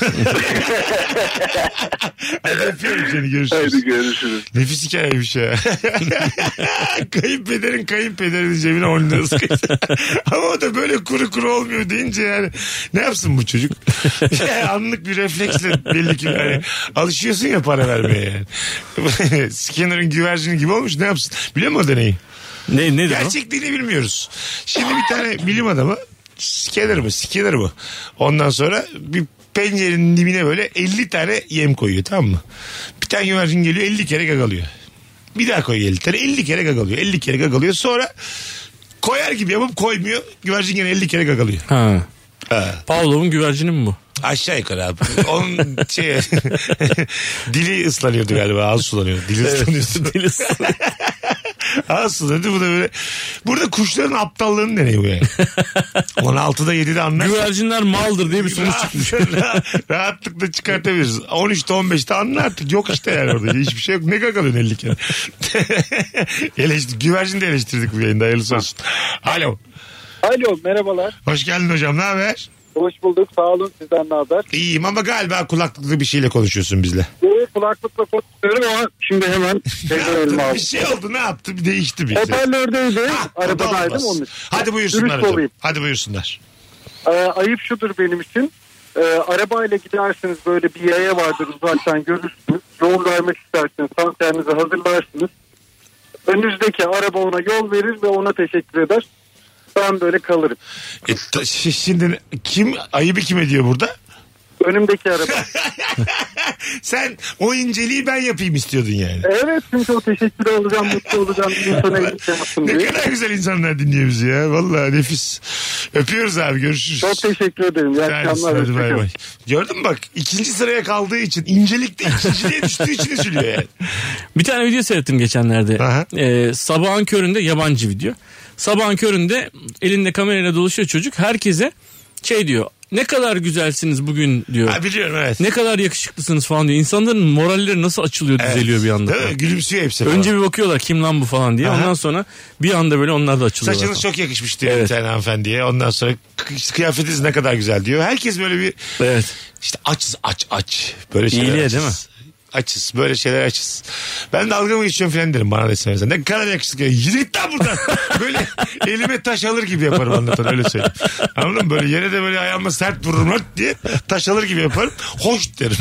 Hadi öpüyorum seni, görüşürüz. Hadi görüşürüz. Nefis hikayeymiş ya. Kayınpederin cebine 10 lira sıkıştı. Ama o da böyle kuru olmuyor deyince yani ne yapsın bu çocuk? Anlık bir refleksle belli ki yani alışıyorsun ya para vermeye yani. Skinner'ın güvercini gibi olmuş, ne yapsın? Biliyor musun o deneyi? Nedir Gerçekliğini bilmiyoruz. Şimdi bir tane bilim adamı Skinner bu. Ondan sonra bir pencerenin dibine böyle 50 tane yem koyuyor, tamam mı? Bir tane güvercin geliyor 50 kere gagalıyor. Bir daha koyuyor 50 tane, 50 kere gagalıyor. 50 kere gagalıyor, sonra koyar gibi yapıp koymuyor. Güvercin gene 50 kere gagalıyor. Ha. Pavlov'un güvercini mi bu? Aşağı yukarı abi. Onun dili ıslanıyordu galiba. Ağzı sulanıyordu. Dili ıslanıyordu. Ağzı sulanıyordu. Bu da böyle. Burada kuşların aptallığını deniyor bu yani. 16'da 7'de anlar. Güvercinler maldır diye bir sonuç çıkmış. Rahatlıkla çıkartabiliriz. 13'te 15'te anla artık. Yok işte yani orada. Hiçbir şey yok. Ne kakalıyorsun 50 kere. Güvercin de eleştirdik bu yayında. Hayırlısı olsun. Alo. Alo, merhabalar. Hoş geldin hocam. Ne haber? Hoş bulduk, sağ olun, sizden ne haber? İyiyim ama galiba kulaklıklı bir şeyle konuşuyorsun bizle. Kulaklıkla konuşuyorum ama şimdi hemen bir şey oldu, ne yaptı, bir değişti bir şey. Hoparlördeydi, arabadaydım onun için. Hadi buyursunlar hocam. Hadi buyursunlar. Ayıp şudur benim için. Arabayla gidersiniz, böyle bir yaya vardır, uzaktan görürsünüz. Yol vermek istersiniz, tam kendinizi hazırlarsınız. Önünüzdeki araba ona yol verir ve ona teşekkür eder. Ben böyle kalırım. Şimdi ayıbı kim ediyor burada? Önümdeki araba. Sen o inceliği ben yapayım istiyordun yani. Evet, çünkü o teşekkür olacağım, mutlu olacağım. Ne kadar güzel insanlar dinliyor bizi ya. Vallahi nefis. Öpüyoruz abi, görüşürüz. Çok teşekkür ederim. İyi akşamlar. Hadi bay bay. Gördün mü bak, ikinci sıraya kaldığı için, incelikte ikinciliğe düştüğü için üzülüyor yani. Bir tane video seyrettim geçenlerde. Sabahın köründe, yabancı video. Sabahın köründe elinde kamerayla dolaşıyor çocuk. Herkese diyor. Ne kadar güzelsiniz bugün diyor. Ha, biliyorum, evet. Ne kadar yakışıklısınız falan diyor. İnsanların moralleri nasıl açılıyor, düzeliyor bir anda. Değil mi? Gülümsüyor hepsi. Önce bir bakıyorlar kim lan bu falan diye. Aha. Ondan sonra bir anda böyle onlar da açılıyorlar. Saçınız çok yakışmış diyor bir tane hanımefendiye. Ondan sonra kıyafetiniz ne kadar güzel diyor. Herkes böyle bir işte aç. Böyle şeyler İyiliğe açız. Değil mi? Açız. Böyle şeyler açız. Ben dalga mı geçiyorum falan derim bana da istemezsen. Ne kadar yakışıklı. Yürü git lan buradan. Böyle elime taş alır gibi yaparım anlatan, öyle söyleyeyim. Anladın mı? Böyle yere de böyle ayağıma sert vururum diye taş alır gibi yaparım. Hoş derim.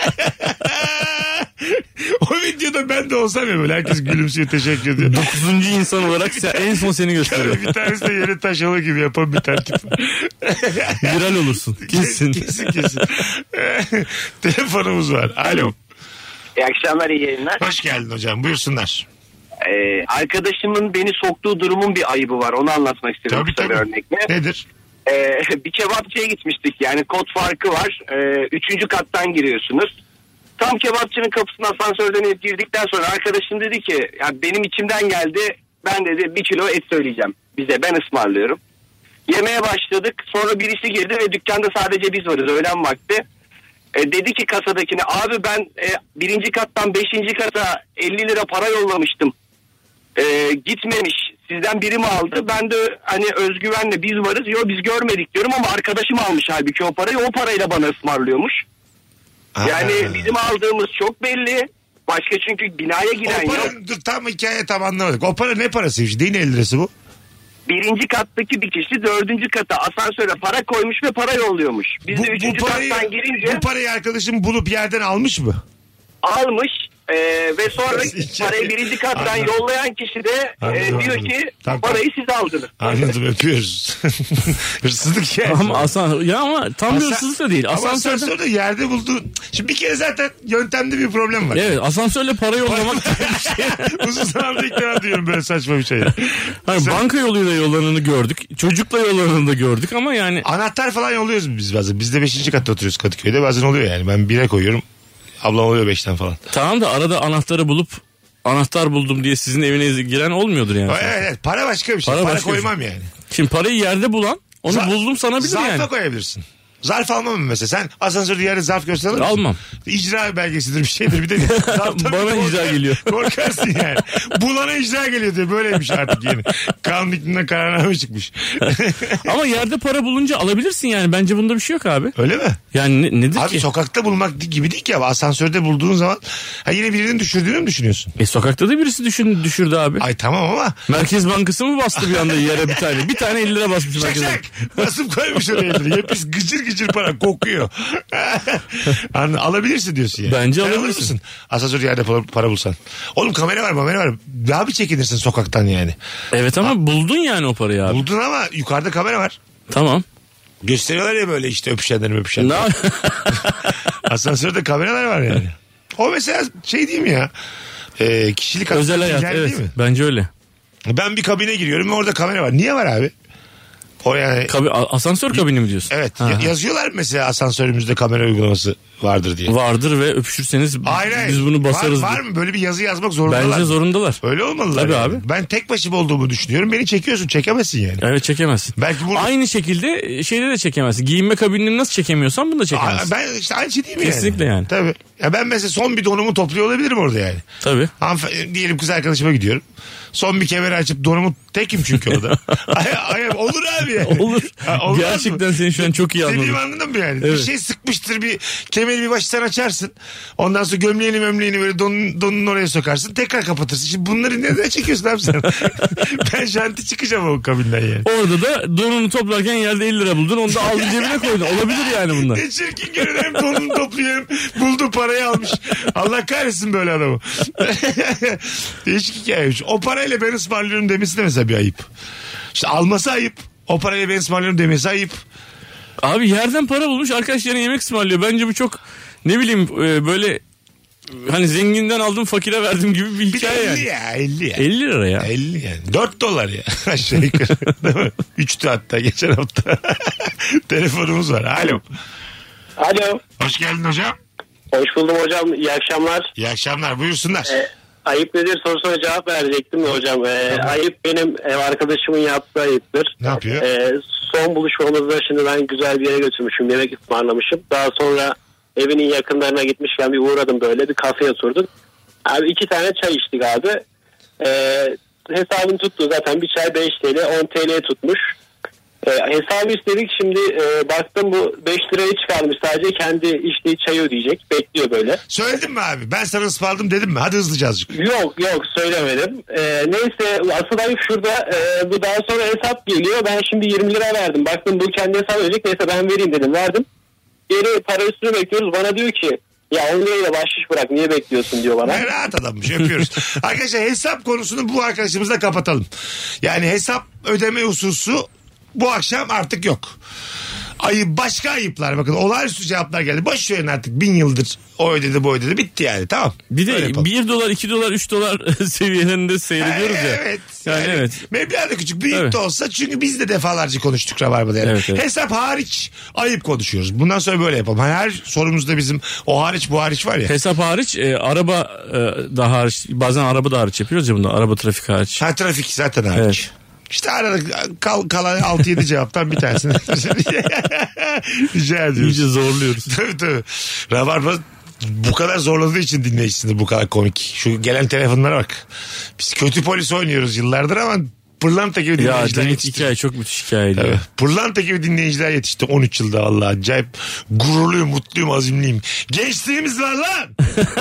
O videoda ben de olsam ya, böyle herkes gülümsüyor, teşekkür ediyor. 9. insan olarak en son seni gösteriyor. Bir tanesi de yere taş alır gibi yapan bir tane tip. Viral olursun. Kesin. Kesin. Telefonumuz var. Alo. İyi akşamlar, iyi yayınlar. Hoş geldin hocam, buyursunlar. Arkadaşımın beni soktuğu durumun bir ayıbı var, onu anlatmak istiyorum kısa bir örnekle. Nedir? Bir kebapçıya gitmiştik, yani kod farkı var. 3. kattan giriyorsunuz. Tam kebapçının kapısına asansörden girdikten sonra arkadaşım dedi ki, yani benim içimden geldi, ben dedi 1 kilo et söyleyeceğim bize, ben ısmarlıyorum. Yemeye başladık, sonra birisi girdi ve dükkanda sadece biz varız, öğlen vakti. Dedi ki kasadakine, abi ben 1. kattan 5. kata 50 lira para yollamıştım. Gitmemiş, sizden biri mi aldı? Ben de hani özgüvenle biz varız, yok biz görmedik diyorum ama arkadaşım almış halbuki o parayı, o parayla bana ısmarlıyormuş. Yani bizim aldığımız çok belli. Başka çünkü binaya giren yok. Dur, tam hikaye tam anlamadık. O para ne parasıymış? Değil 50 lirası bu? 1. kattaki bir kişi 4. kata asansöre para koymuş ve para yolluyormuş. Biz de 3. kattan girince... Bu parayı arkadaşım bulup yerden almış mı? Almış. Ve sonra parayı birinci kattan yollayan kişi de diyor ki parayı siz aldınız. Anladım, öpüyoruz. Hırsızlık yani. Ama tam bir hırsızlık da değil. Asansörde yerde bulduğun. Şimdi bir kere zaten yöntemde bir problem var. Evet, asansörle para yollamak bir şey. Uzun zamandır ilk defa diyorum böyle saçma bir şey. Banka yoluyla yollananı gördük. Çocukla yollananı da gördük ama yani. Anahtar falan yolluyoruz biz bazen. Biz de 5. katta oturuyoruz Kadıköy'de. Bazen oluyor yani. Ben 1'e koyuyorum. Ablam oluyor 5'ten falan. Tamam da arada anahtarı bulup anahtar buldum diye sizin evine giren olmuyordur yani. Evet, para başka bir şey. Para koymam yani. Şimdi parayı yerde bulan onu buldum sanabilir yani. Zarfa koyabilirsin. Zarf almam mı mesela? Sen asansörde yerde zarf gösterir misin? Almam. İcra belgesidir bir şeydir bir de. Bana icra geliyor. Korkarsın yani. Bulana icra geliyor diye böyleymiş artık yeni. Kanun hükmünden kararname çıkmış. Ama yerde para bulunca alabilirsin yani. Bence bunda bir şey yok abi. Öyle mi? Yani nedir abi ki? Abi sokakta bulmak gibi değil ki abi. Asansörde bulduğun zaman yine birinin düşürdüğünü mü düşünüyorsun? Sokakta da birisi düşürdü abi. Ay tamam ama. Merkez Bankası mı bastı bir anda yere bir tane? Bir tane 50 lira basmış. Şak. Basıp koymuş oraya 50 lira. Hepsi gıcır para kokuyor. Alabilirsin diyorsun yani. Bence alabilirsin. Asansör yerde para bulsan. Oğlum kamera var. Daha bir çekinirsin sokaktan yani. Evet ama buldun yani o parayı abi. Buldun ama yukarıda kamera var. Tamam. Gösteriyorlar ya böyle işte öpüşenler. Asansörde kameralar var yani. O mesela şey değil mi ya? Kişilik özel hayat, evet. Bence öyle. Ben bir kabine giriyorum ve orada kamera var. Niye var abi? O yani asansör kabini mi diyorsun? Evet. Yazıyorlar mesela asansörümüzde kamera uygulaması vardır diye. Vardır ve öpüşürseniz biz bunu basarız. Var mı? Böyle bir yazı yazmak zorundalar. Bence zorundalar. Öyle olmalılar. Tabii yani. abi. Ben tek başıma olduğumu düşünüyorum. Beni çekiyorsun. Çekemezsin yani. Evet, çekemezsin. Belki bunu... Aynı şekilde şeyde de çekemezsin. Giyinme kabinini nasıl çekemiyorsan bunu da çekemezsin. Ben işte aynı şey değil mi Kesinlikle yani. Tabii. Ya ben mesela son bir donumu topluyor olabilirim orada yani. Tabii. Diyelim kız arkadaşıma gidiyorum. Son bir kemeri açıp donumu tekim çünkü orada. Olur abi yani. Olur. Gerçekten seni şu an çok iyi anladım. Dediğimi anladın mı yani? Evet. Bir şey sıkmıştır, bir kemeri bir baştan açarsın. Ondan sonra gömleğini böyle donun oraya sokarsın. Tekrar kapatırsın. Şimdi bunları neden çekiyorsun abi sen? Ben janti çıkacağım o kabinden yani. Orada da donunu toplarken yerde 50 lira buldun. Onu da aldın cebine koydun. Olabilir yani bunlar. Ne çirkin görün, hem donunu topluyor hem bulduğu parayı almış. Allah kahretsin böyle adamı. Değişik hikayemiş. O parayla ben ısmarlıyorum demesi de mesela bir ayıp. İşte alması ayıp. O parayla ben ısmarlıyorum demesi ayıp. Abi yerden para bulmuş, arkadaşlarına yemek ısmarlıyor. Bence bu çok böyle hani zenginden aldım fakire verdim gibi bir hikaye yani. 50 ya. 50 lira ya. 50 yani. $4 ya. Aşağı yukarı. Değil mi? 3'tü hatta geçen hafta. Telefonumuz var. Alo. Alo. Hoş geldin hocam. Hoş buldum hocam. İyi akşamlar. İyi akşamlar. Buyursunlar. Ayıp nedir sorusuna cevap verecektim de hocam. Ayıp benim ev arkadaşımın yaptığı ayıptır. Ne yapıyor? Son buluşmamızda şimdi ben güzel bir yere götürmüşüm. Yemek ısmarlamışım. Daha sonra evinin yakınlarına gitmişken bir uğradım, böyle bir kafeye oturduk. Abi 2 tane çay içtik abi. Hesabını tuttu zaten, bir çay 5 TL 10 TL tutmuş. Hesabı istedik, şimdi baktım bu 5 lirayı çıkarmış, sadece kendi içtiği çayı ödeyecek, bekliyor böyle. Söyledin mi abi? Ben sana ısmarladım dedim mi? Hadi hızlıca azıcık. Yok söylemedim. Neyse asıl ayıp şurada, bu daha sonra hesap geliyor, ben şimdi 20 lira verdim, baktım bu kendi hesabı ödeyecek, neyse ben vereyim dedim, verdim. Geri para üstüne bekliyoruz, bana diyor ki ya 10 lirayla bahşiş bırak, niye bekliyorsun diyor bana. Ne rahat adammış, öpüyoruz. Arkadaşlar hesap konusunu bu arkadaşımızla kapatalım. Yani hesap ödeme hususu bu akşam artık yok. Başka ayıplar, bakın olağanüstü cevaplar geldi. Boş verin artık, 1000 yıldır o ödedi bu ödedi, bitti yani, tamam. Bir de $1, $2, $3 seviyelerinde seyrediyoruz ya. Evet. Yani evet. Meblağ da küçük, büyük de olsa, çünkü biz de defalarca konuştuk Rabarba'da yani. Evet. Hesap hariç ayıp konuşuyoruz. Bundan sonra böyle yapalım. Hani her sorumuzda bizim o hariç bu hariç var ya. Hesap hariç, araba da hariç, bazen araba da hariç yapıyoruz ya bunda, araba trafik hariç. Trafik zaten hariç. Evet. İşte arada kalan 6-7 cevaptan bir tanesini rica ediyoruz. İyice zorluyoruz. Tabii. Rabarba bu kadar zorladığı için dinleyicisindir bu kadar komik. Şu gelen telefonlara bak. Biz kötü polis oynuyoruz yıllardır ama pırlanta gibi dinleyiciler yetişti. Hikaye çok müthiş hikayeydi. Evet. Pırlanta gibi dinleyiciler yetişti 13 yılda, vallahi acayip gururluyum, mutluyum, azimliyim. Gençliğimiz var lan.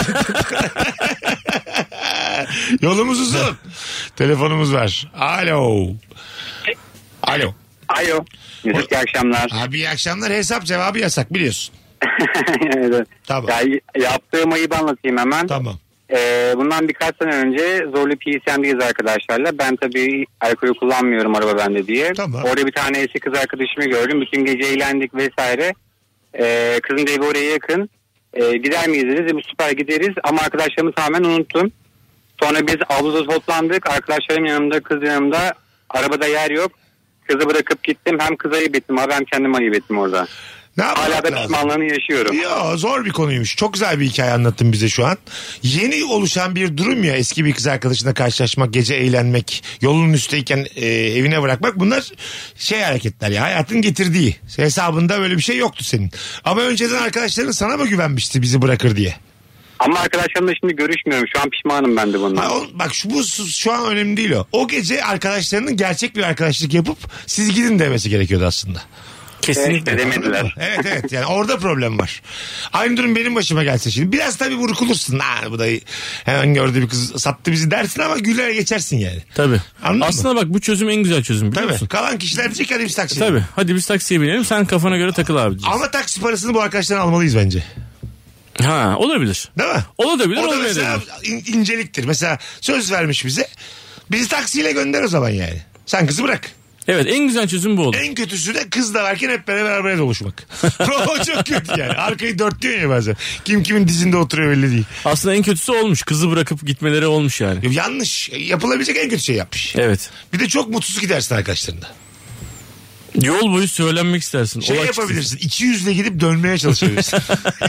Yolumuz uzun. Telefonumuz var. Alo. Alo. İyi akşamlar. Abi iyi akşamlar. Hesap cevabı yasak, biliyorsun. Evet. Tamam. Ya, yaptığım ayıbı anlatayım hemen. Tamam. Bundan birkaç sene önce Zorlu PCM'deyiz arkadaşlarla. Ben tabii alkolü kullanmıyorum araba bende diye. Tamam. Orada bir tane eski kız arkadaşımı gördüm. Bütün gece eğlendik vesaire. Kızın da evi oraya yakın. Gider miyiz dedim. Süper gideriz ama arkadaşlarımı tamamen unuttum. Sonra biz avluda toplandık. Arkadaşlarım yanımda, kız yanımda. Arabada yer yok. Kızı bırakıp gittim. Hem kızı ayıp ettim abi hem kendimi ayıp ettim orada. Hala da pişmanlığını yaşıyorum. Ya zor bir konuymuş. Çok güzel bir hikaye anlattın bize şu an. Yeni oluşan bir durum ya, eski bir kız arkadaşına karşılaşmak, gece eğlenmek, yolun üstteyken evine bırakmak, bunlar şey hareketler ya, hayatın getirdiği. Hesabında böyle bir şey yoktu senin. Ama önceden arkadaşların sana mı güvenmişti bizi bırakır diye? Ama arkadaşlarımla şimdi görüşmüyorum. Şu an pişmanım ben de bundan. Bak şu an önemli değil o. O gece arkadaşlarının gerçek bir arkadaşlık yapıp siz gidin demesi gerekiyordu aslında. Kesinlikle. Demediler. Evet yani orada problem var. Aynı durum benim başıma gelse şimdi. Biraz tabii burkulursun. Bu da hemen gördüğü bir kız sattı bizi dersin ama güler geçersin yani. Tabii. Anladın aslında mı? Bak bu çözüm en güzel çözüm biliyor musun? Kalan kişiler diyecek hadi biz taksiye. Tabii. Hadi biz taksiye binelim, sen kafana göre takıl abi diyeceğiz. Ama taksi parasını bu arkadaşlardan almalıyız bence. Ha, olabilir. Değil mi? Olabilir. O da mesela inceliktir. Mesela söz vermiş bize. Bizi taksiyle gönder o zaman yani. Sen kızı bırak. Evet, en güzel çözüm bu oldu. En kötüsü de kız da varken hep beraber arabaya doluşmak. O çok kötü yani. Arkayı dörtlüyor ya bazen. Kim kimin dizinde oturuyor belli değil. Aslında en kötüsü olmuş. Kızı bırakıp gitmeleri olmuş yani. Yanlış. Yapılabilecek en kötü şey yapmış. Evet. Bir de çok mutsuz gidersin arkadaşlarında. Yol boyu söylenmek istersin. Şey yapabilirsin. 200 ile gidip dönmeye çalışabilirsin.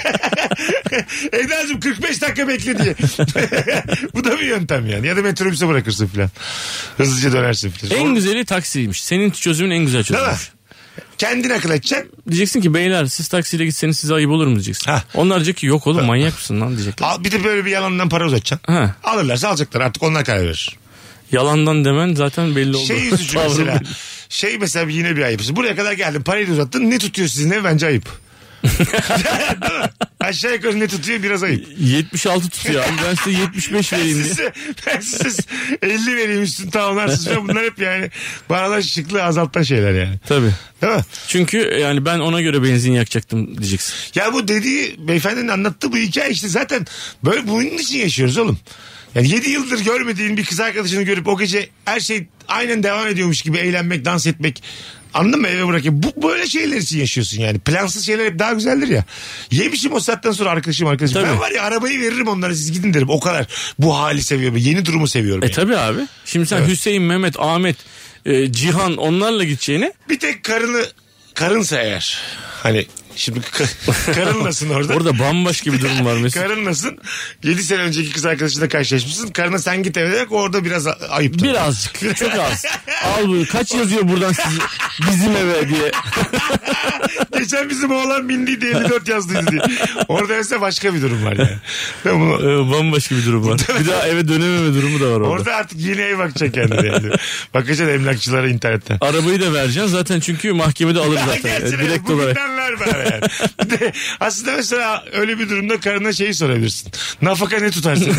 Eda'cığım 45 dakika bekle diye. Bu da bir yöntem yani. Ya da metrobüse bırakırsın filan. Hızlıca dönersin filan. En güzeli taksiymiş. Senin çözümün en güzel çözümüymüş. Kendin akıl edeceksin. Diyeceksin ki beyler siz taksiyle gitseniz size ayıp olur mu diyeceksin. Onlar diyecek ki yok oğlum manyak mısın lan diyecekler. Bir de böyle bir yalandan para uzatacaksın. Alırlarsa alacaklar, artık onlar karar verir. Yalandan demen zaten belli oldu. Şey üzücü mesela. Şey yine bir ayıp. Buraya kadar geldin, parayı da uzattın. Ne tutuyor sizin ev? Bence ayıp. Değil mi? Aşağı yukarı ne tutuyor? Biraz ayıp. 76 tutuyor abi. Ben size 75 vereyim diye. Ben size 50 vereyim üstünü tamamlarsınız. Bunlar hep yani bana şıklığı azaltan şeyler yani. Tabii. Değil mi? Çünkü yani ben ona göre benzin yakacaktım diyeceksin. Ya bu dediği beyefendinin anlattığı bu hikaye işte zaten böyle bunun için yaşıyoruz oğlum. Yani 7 yıldır görmediğin bir kız arkadaşını görüp o gece her şey aynen devam ediyormuş gibi eğlenmek, dans etmek. Anladın mı? Eve bırakayım. Bu böyle şeyler için yaşıyorsun yani. Plansız şeyler hep daha güzeldir ya. Yemişim o saatten sonra arkadaşım. Tabii. Ben var ya arabayı veririm onlara, siz gidin derim. O kadar. Bu hali seviyorum. Yeni durumu seviyorum. Yani. Tabii abi. Şimdi sen Hüseyin, Mehmet, Ahmet, Cihan onlarla gideceğini. Bir tek karınsa eğer. Hani şimdi karınlasın orada. Orada bambaşka bir durum var mesela. Karınlasın. 7 sene önceki kız arkadaşıyla karşılaşmışsın. Karına sen git eve demek, orada biraz ayıptır. Birazcık. Çok az. Al bunu. Kaç yazıyor buradan bizim eve diye. Geçen bizim oğlan bindiydi 54 yazdıydı diye. Orada mesela başka bir durum var yani. Bambaşka bir durum var. Bir daha eve dönememe durumu da var orada. Orada artık yeni ev bakacak kendine yani. Bakacaksın emlakçılara internetten. Arabayı da vereceksin zaten çünkü mahkemede alır zaten. Direkt olarak. Ver yani. De, aslında mesela öyle bir durumda karına şeyi sorabilirsin. Nafaka ne tutarsın?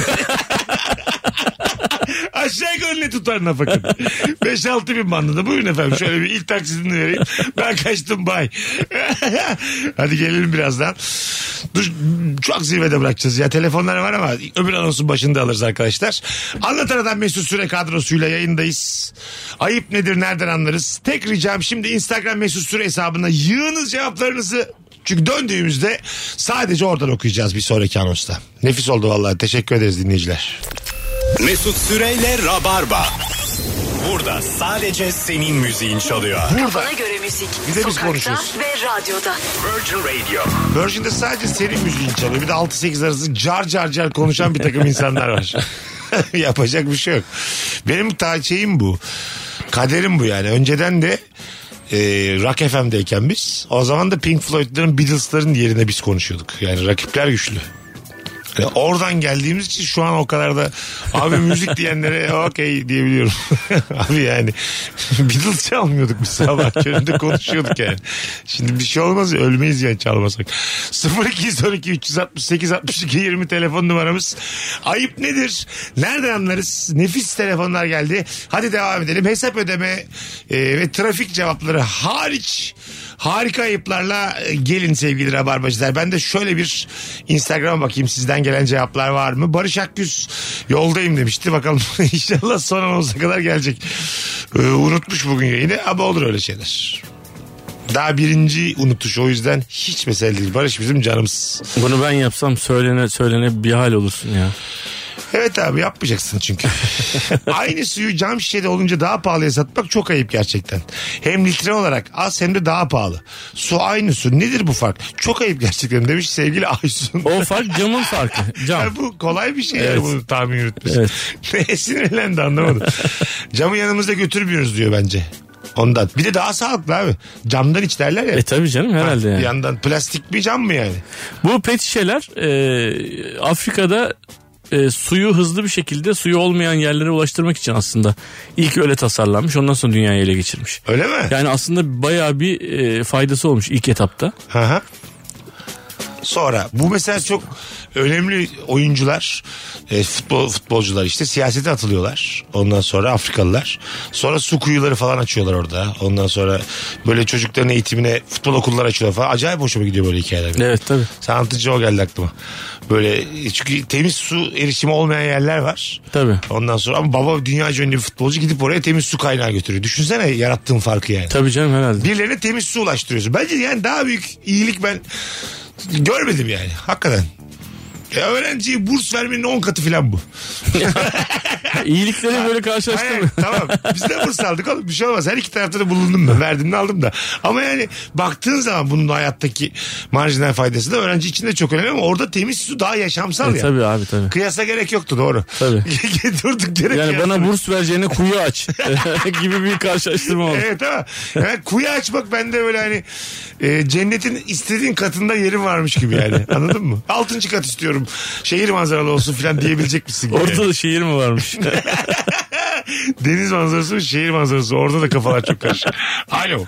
Aşağı yukarı ne tutar nafaka? 5-6 bin bandında. Buyurun efendim, şöyle bir ilk taksidini vereyim. Ben kaçtım, bay. Hadi gelelim birazdan. Dur, çok zirvede bırakacağız ya. Telefonlar var ama öbür anonsun başında alırız arkadaşlar. Anlatan Adam Mesut Süre kadrosuyla yayındayız. Ayıp nedir, nereden anlarız? Tek ricam şimdi Instagram Mesut Süre hesabına yığınız cevaplarınızı. Çünkü döndüğümüzde sadece oradan okuyacağız bir sonraki anonsta. Nefis oldu vallahi. Teşekkür ederiz dinleyiciler. Mesut Süreyle Rabarba. Burada sadece senin müziğin çalıyor. Kafana göre müzik. Bir de biz sokakta konuşuyoruz. ve radyoda. Virgin Radio. Virgin'de sadece senin müziğin çalıyor. Bir de 6-8 arası car konuşan bir takım insanlar var. Yapacak bir şey yok. Benim şeyim bu. Kaderim bu yani. Önceden de Rock FM'deyken biz, o zaman da Pink Floyd'ların, Beatles'ların yerine biz konuşuyorduk. Yani rakipler güçlü. Yani oradan geldiğimiz için şu an o kadar da abi müzik diyenlere okey diyebiliyorum. Abi yani Beatles çalmıyorduk biz, sabah köründe konuşuyorduk yani. Şimdi bir şey olmaz ya, ölmeyiz yani çalmasak. 0212 368 62 20 telefon numaramız. Ayıp nedir? Nereden anlarız? Nefis telefonlar geldi. Hadi devam edelim. Hesap ödeme ve trafik cevapları hariç Harika ayıplarla gelin sevgili Rabarbacılar. Ben de şöyle bir Instagram'a bakayım, sizden gelen cevaplar var mı? Barış Akgüz yoldayım demişti. Bakalım inşallah son anonsa kadar gelecek. Unutmuş bugün yayını ama olur öyle şeyler. Daha birinci unutuş, o yüzden hiç mesele değil. Barış bizim canımız. Bunu ben yapsam söylene bir hal olursun ya. Evet abi, yapmayacaksın çünkü. Aynı suyu cam şişede olunca daha pahalıya satmak çok ayıp gerçekten. Hem litre olarak az hem de daha pahalı. Su aynı su. Nedir bu fark? Çok ayıp gerçekten demiş sevgili Aysun. O fark camın farkı. Cam. Ya bu kolay bir şey, evet. Yani bunu tahmin yürütmesi. Evet. Neye sinirlendi anlamadım. Camı yanımızda götürmüyoruz diyor bence. Ondan. Bir de daha sağlıklı abi. Camdan iç derler ya. Tabii canım, herhalde yani. Bir yandan plastik bir cam mı yani? Bu pet şişeler Afrika'da suyu hızlı bir şekilde suyu olmayan yerlere ulaştırmak için aslında ilk öyle tasarlanmış, ondan sonra dünyayı ele geçirmiş. Öyle mi? Yani aslında bayağı bir faydası olmuş ilk etapta. Hı. Sonra bu mesela çok önemli oyuncular, futbolcular işte siyasete atılıyorlar. Ondan sonra Afrikalılar. Sonra su kuyuları falan açıyorlar orada. Ondan sonra böyle çocukların eğitimine futbol okulları açıyorlar falan. Acayip hoşuma gidiyor böyle hikayeler. Evet tabii. Sen anlatınca o geldi aklıma. Böyle çünkü temiz su erişimi olmayan yerler var. Tabii. Ondan sonra ama baba dünyaca ünlü bir futbolcu gidip oraya temiz su kaynağı götürüyor. Düşünsene yarattığın farkı yani. Tabii canım, herhalde. Birilerine temiz su ulaştırıyorsun. Bence yani daha büyük iyilik ben görmedim yani. Hakikaten. Öğrenciye burs vermenin 10 katı falan bu. İyilikleri böyle karşılaştırma. Tamam. Biz de burs aldık oğlum. Bir şey olmaz. Her iki tarafta da bulundum ben. Verdim de aldım da. Ama yani baktığın zaman bunun hayattaki marjinal faydası da öğrenci için de çok önemli ama orada temiz su daha yaşamsal ya. Tabii abi, tabii. Kıyasa gerek yoktu, doğru. Tabii. Durduk gerek yani bana burs vereceğine kuyu aç gibi bir karşılaştırma oldu. Evet ama yani kuyu açmak bende böyle hani cennetin istediğin katında yerim varmış gibi yani. Anladın mı? 6. kat istiyorum. Şehir manzaralı olsun falan diyebilecek misin? Orada da şehir mi varmış? Deniz manzarası mı, şehir manzarası? Orada da kafalar çok karışık. Alo.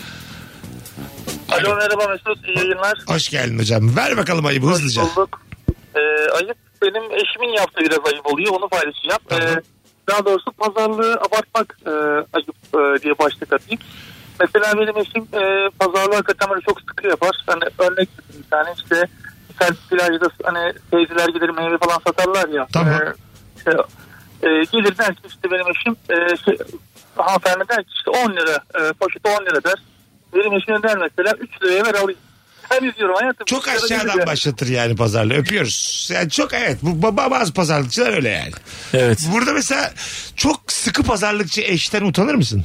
Alo, merhaba Mesut, iyi yayınlar. Hoş geldin hocam. Ver bakalım ayıbı hızlıca. Hoş bulduk. Ayıp benim eşimin yaptığı biraz ayıp oluyor, onu paylaşacağım. Daha doğrusu pazarlığı abartmak ayıp diye başlık atayım. Mesela benim eşim pazarlığı hakikaten böyle çok sıkı yapar. Hani örnek bir tane işte misal plajda hani teyzeler gider meyve falan satarlar ya. Tamam. Gelir der ki işte benim eşim hanımefendi der ki işte 10 lira poşeti 10 lira der. Benim eşim der mesela 3 liraya ver alayım. Ben izliyorum hayatım. Çok aşağıdan başlatır yani pazarlığı. Öpüyoruz. Yani çok evet. Bu bazı pazarlıkçılar öyle yani. Evet. Burada mesela çok sıkı pazarlıkçı eşten utanır mısın?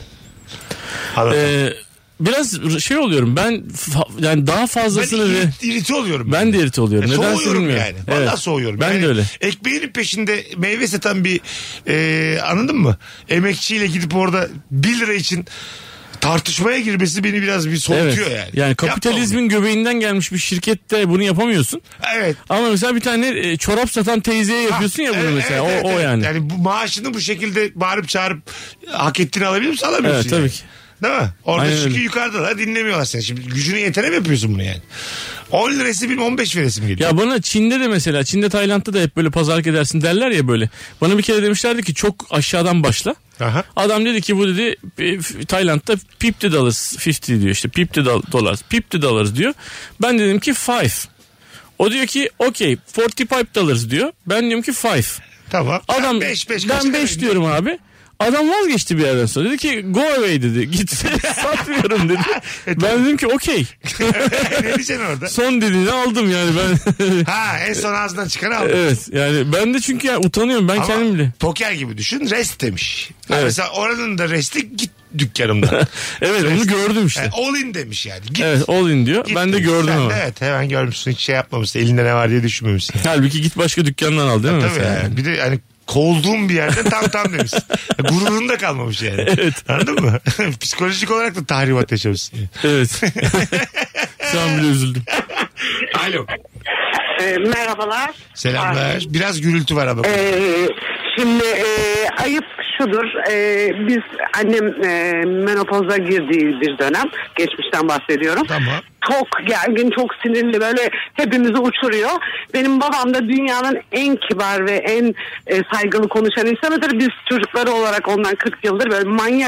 Biraz şey oluyorum ben yani daha fazlasını ben irite oluyorum. Ben de irite oluyorum. Neden soğuyorum bilmiyorum. yani. Vallahi evet. soğuyorum. Ben yani de öyle. Ekmeğinin peşinde meyve satan bir anladın mı? Emekçiyle gidip orada 1 lira için tartışmaya girmesi beni biraz bir soğutuyor evet. yani. Yani kapitalizmin göbeğinden gelmiş bir şirkette bunu yapamıyorsun. Evet. Ama mesela bir tane çorap satan teyzeye yapıyorsun ya bunu mesela. Evet, o yani. Yani bu maaşını bu şekilde bağırıp çağırıp hak ettiğini alabilir misin? Alamıyorsun. Evet tabii yani. ki. Değil mi? Orada aynen çünkü öyle. yukarıdalar dinlemiyorlar seni. Şimdi gücüne yetene mi yapıyorsun bunu yani? 10 lirası benim 15 veresim geliyor. Ya bana Çin'de de mesela Tayland'da da hep böyle pazarlık edersin derler ya böyle. Bana bir kere demişlerdi ki çok aşağıdan başla. Aha. Adam dedi ki bu dedi Tayland'da $50 50 diyor işte $50 diyor. Ben dedim ki 5. O diyor ki okey $45 diyor. Ben diyorum ki 5. Tamam. Adam ben 5 diyorum abi. Adam vazgeçti bir yerden sonra. Dedi ki go away dedi. Git satmıyorum dedi. Ben dedim ki okey. Ne diyeceksin orada? Son dediğini aldım yani ben. Ha en son ağzından çıkanı aldım. Evet yani ben de çünkü yani utanıyorum ben kendimle. Poker gibi düşün, rest demiş. Evet. Mesela oranın da resti git dükkanımdan. Evet rest. Onu gördüm işte. All in demiş yani. Git. Evet all in diyor. Git ben de demiş. gördüm Sen ama. de evet hemen görmüşsün, hiç şey yapmamışsın. Elinde ne var diye düşünmemişsin. Halbuki git başka dükkandan al değil mi tabii mesela? Yani. Bir de hani kovulduğum bir yerden tam demişsin. Gururun da kalmamış yani. Evet. Anladın mı? Psikolojik olarak da tahribat yaşamışsın. Evet. Şu an bile üzüldüm. Alo. Merhabalar. Selamlar. Biraz gürültü var ama. Şimdi ayıp şudur. Biz annem menopoza girdiği bir dönem. Geçmişten bahsediyorum. Tamam. Çok gergin, çok sinirli, böyle hepimizi uçuruyor. Benim babam da dünyanın en kibar ve en saygılı konuşan insanıdır. Biz çocukları olarak ondan 40 yıldır böyle manyak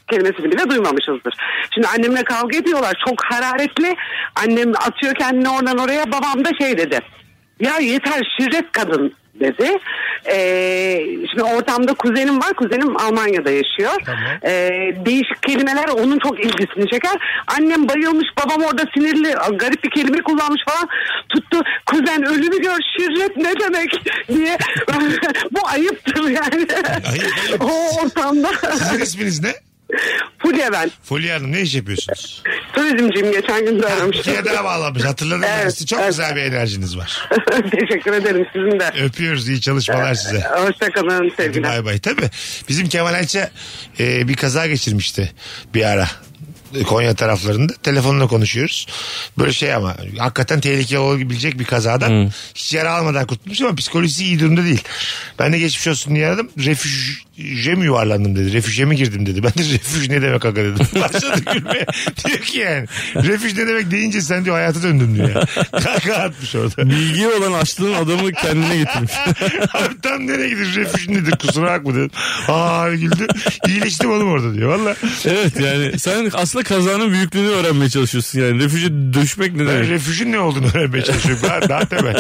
kelimesini bile duymamışızdır. Şimdi annemle kavga ediyorlar. Çok hararetli. Annem atıyor kendini oradan oraya. Babam da şey dedi. Ya yeter şirret kadın dedi. Şimdi ortamda kuzenim var. Kuzenim Almanya'da yaşıyor. Tamam. Değişik kelimeler onun çok ilgisini çeker. Annem bayılmış. Babam orada sinirli. Garip bir kelime kullanmış falan. Tuttu. Kuzen ölümü gör şirret ne demek diye. Bu ayıptır yani. Ayıp. O ortamda. Sizin isminiz ne? Fulya ben. Fulya Hanım ne iş yapıyorsunuz? Turizmciyim, geçen gün de aramıştım. Bir kere daha bağlanmış hatırladım ben sizi. Çok güzel bir enerjiniz var. Teşekkür ederim, sizin de. Öpüyoruz, iyi çalışmalar size. Hoşçakalın, sevgiler. Bay bay. Tabii bizim Kemal Ayça bir kaza geçirmişti bir ara. Konya taraflarında telefonla konuşuyoruz. Böyle şey ama hakikaten tehlikeli olabilecek bir kazadan hiç yara almadan kurtulmuş ama psikolojisi iyi durumda değil. Ben de geçmiş olsun diye aradım. Refüje mi yuvarlandım dedi. Refüje mi girdim dedi. Ben de refüj ne demek aga dedim. Başladı gülmeye. Diyor ki yani refüj ne demek deyince sen diyor hayata döndün diyor. Kaka atmış orada. Bilgi olan açlığın adamı kendine getirmiş. Abi tam nereye gidiyor? Refüj nedir? Kusura bakma dedim. Aa güldü. İyileştim oğlum orada diyor. Valla. Evet yani sen aslında kazanın büyüklüğünü öğrenmeye çalışıyorsun yani. Refüje düşmek ne demek? Ben refüjün ne olduğunu öğrenmeye çalışıyorum. Daha temel.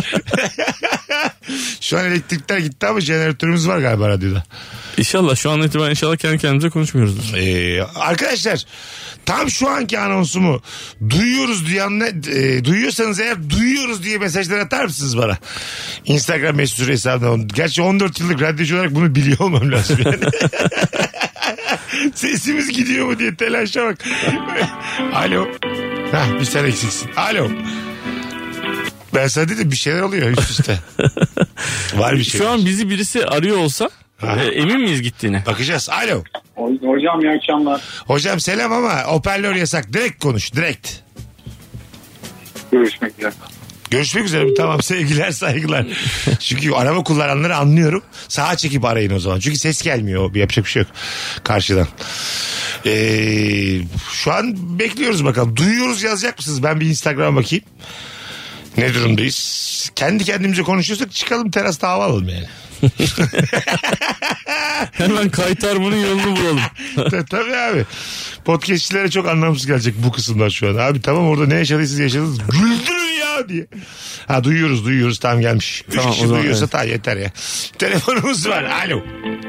Şu an elektrikler gitti ama jeneratörümüz var galiba radyoda. İnşallah şu an itibaren inşallah kendi kendimize konuşmuyoruzdur. Arkadaşlar tam şu anki anonsumu duyuyoruz duyuyorsanız eğer duyuyoruz diye mesajlar atar mısınız bana? Instagram mesut süre hesabından. Gerçi 14 yıllık radyocu olarak bunu biliyor olmam lazım yani. Sesimiz gidiyor mu diye telaşa bak. Alo. Bir sen eksiksin. Alo. Ben sana dedim bir şeyler oluyor üst üste. Var bir şey. Şu an bizi birisi arıyor olsa emin miyiz gittiğine? Bakacağız. Alo. Hocam iyi akşamlar. Hocam selam ama hoparlör yasak. Direkt konuş. Direkt. Görüşmek üzere. Görüşmek üzere. Tamam sevgiler saygılar. Çünkü araba kullananları anlıyorum. Sağa çekip arayın o zaman. Çünkü ses gelmiyor. Yapacak bir şey yok karşıdan. Şu an bekliyoruz bakalım. Duyuyoruz yazacak mısınız? Ben bir Instagram'a bakayım. Ne durumdayız? Kendi kendimize konuşuyorsak çıkalım terasta hava alalım yani. Hemen kaytarmanın yolunu bulalım. Tabii abi. Podcastçilere çok anlamsız gelecek bu kısımlar şu an. Abi tamam orada ne yaşadıysanız yaşadınız. Güldürün ya diye. Duyuyoruz tamam gelmiş. Tamam, 3 kişi duyuyorsa tamam yeter ya. Telefonumuz var. Alo.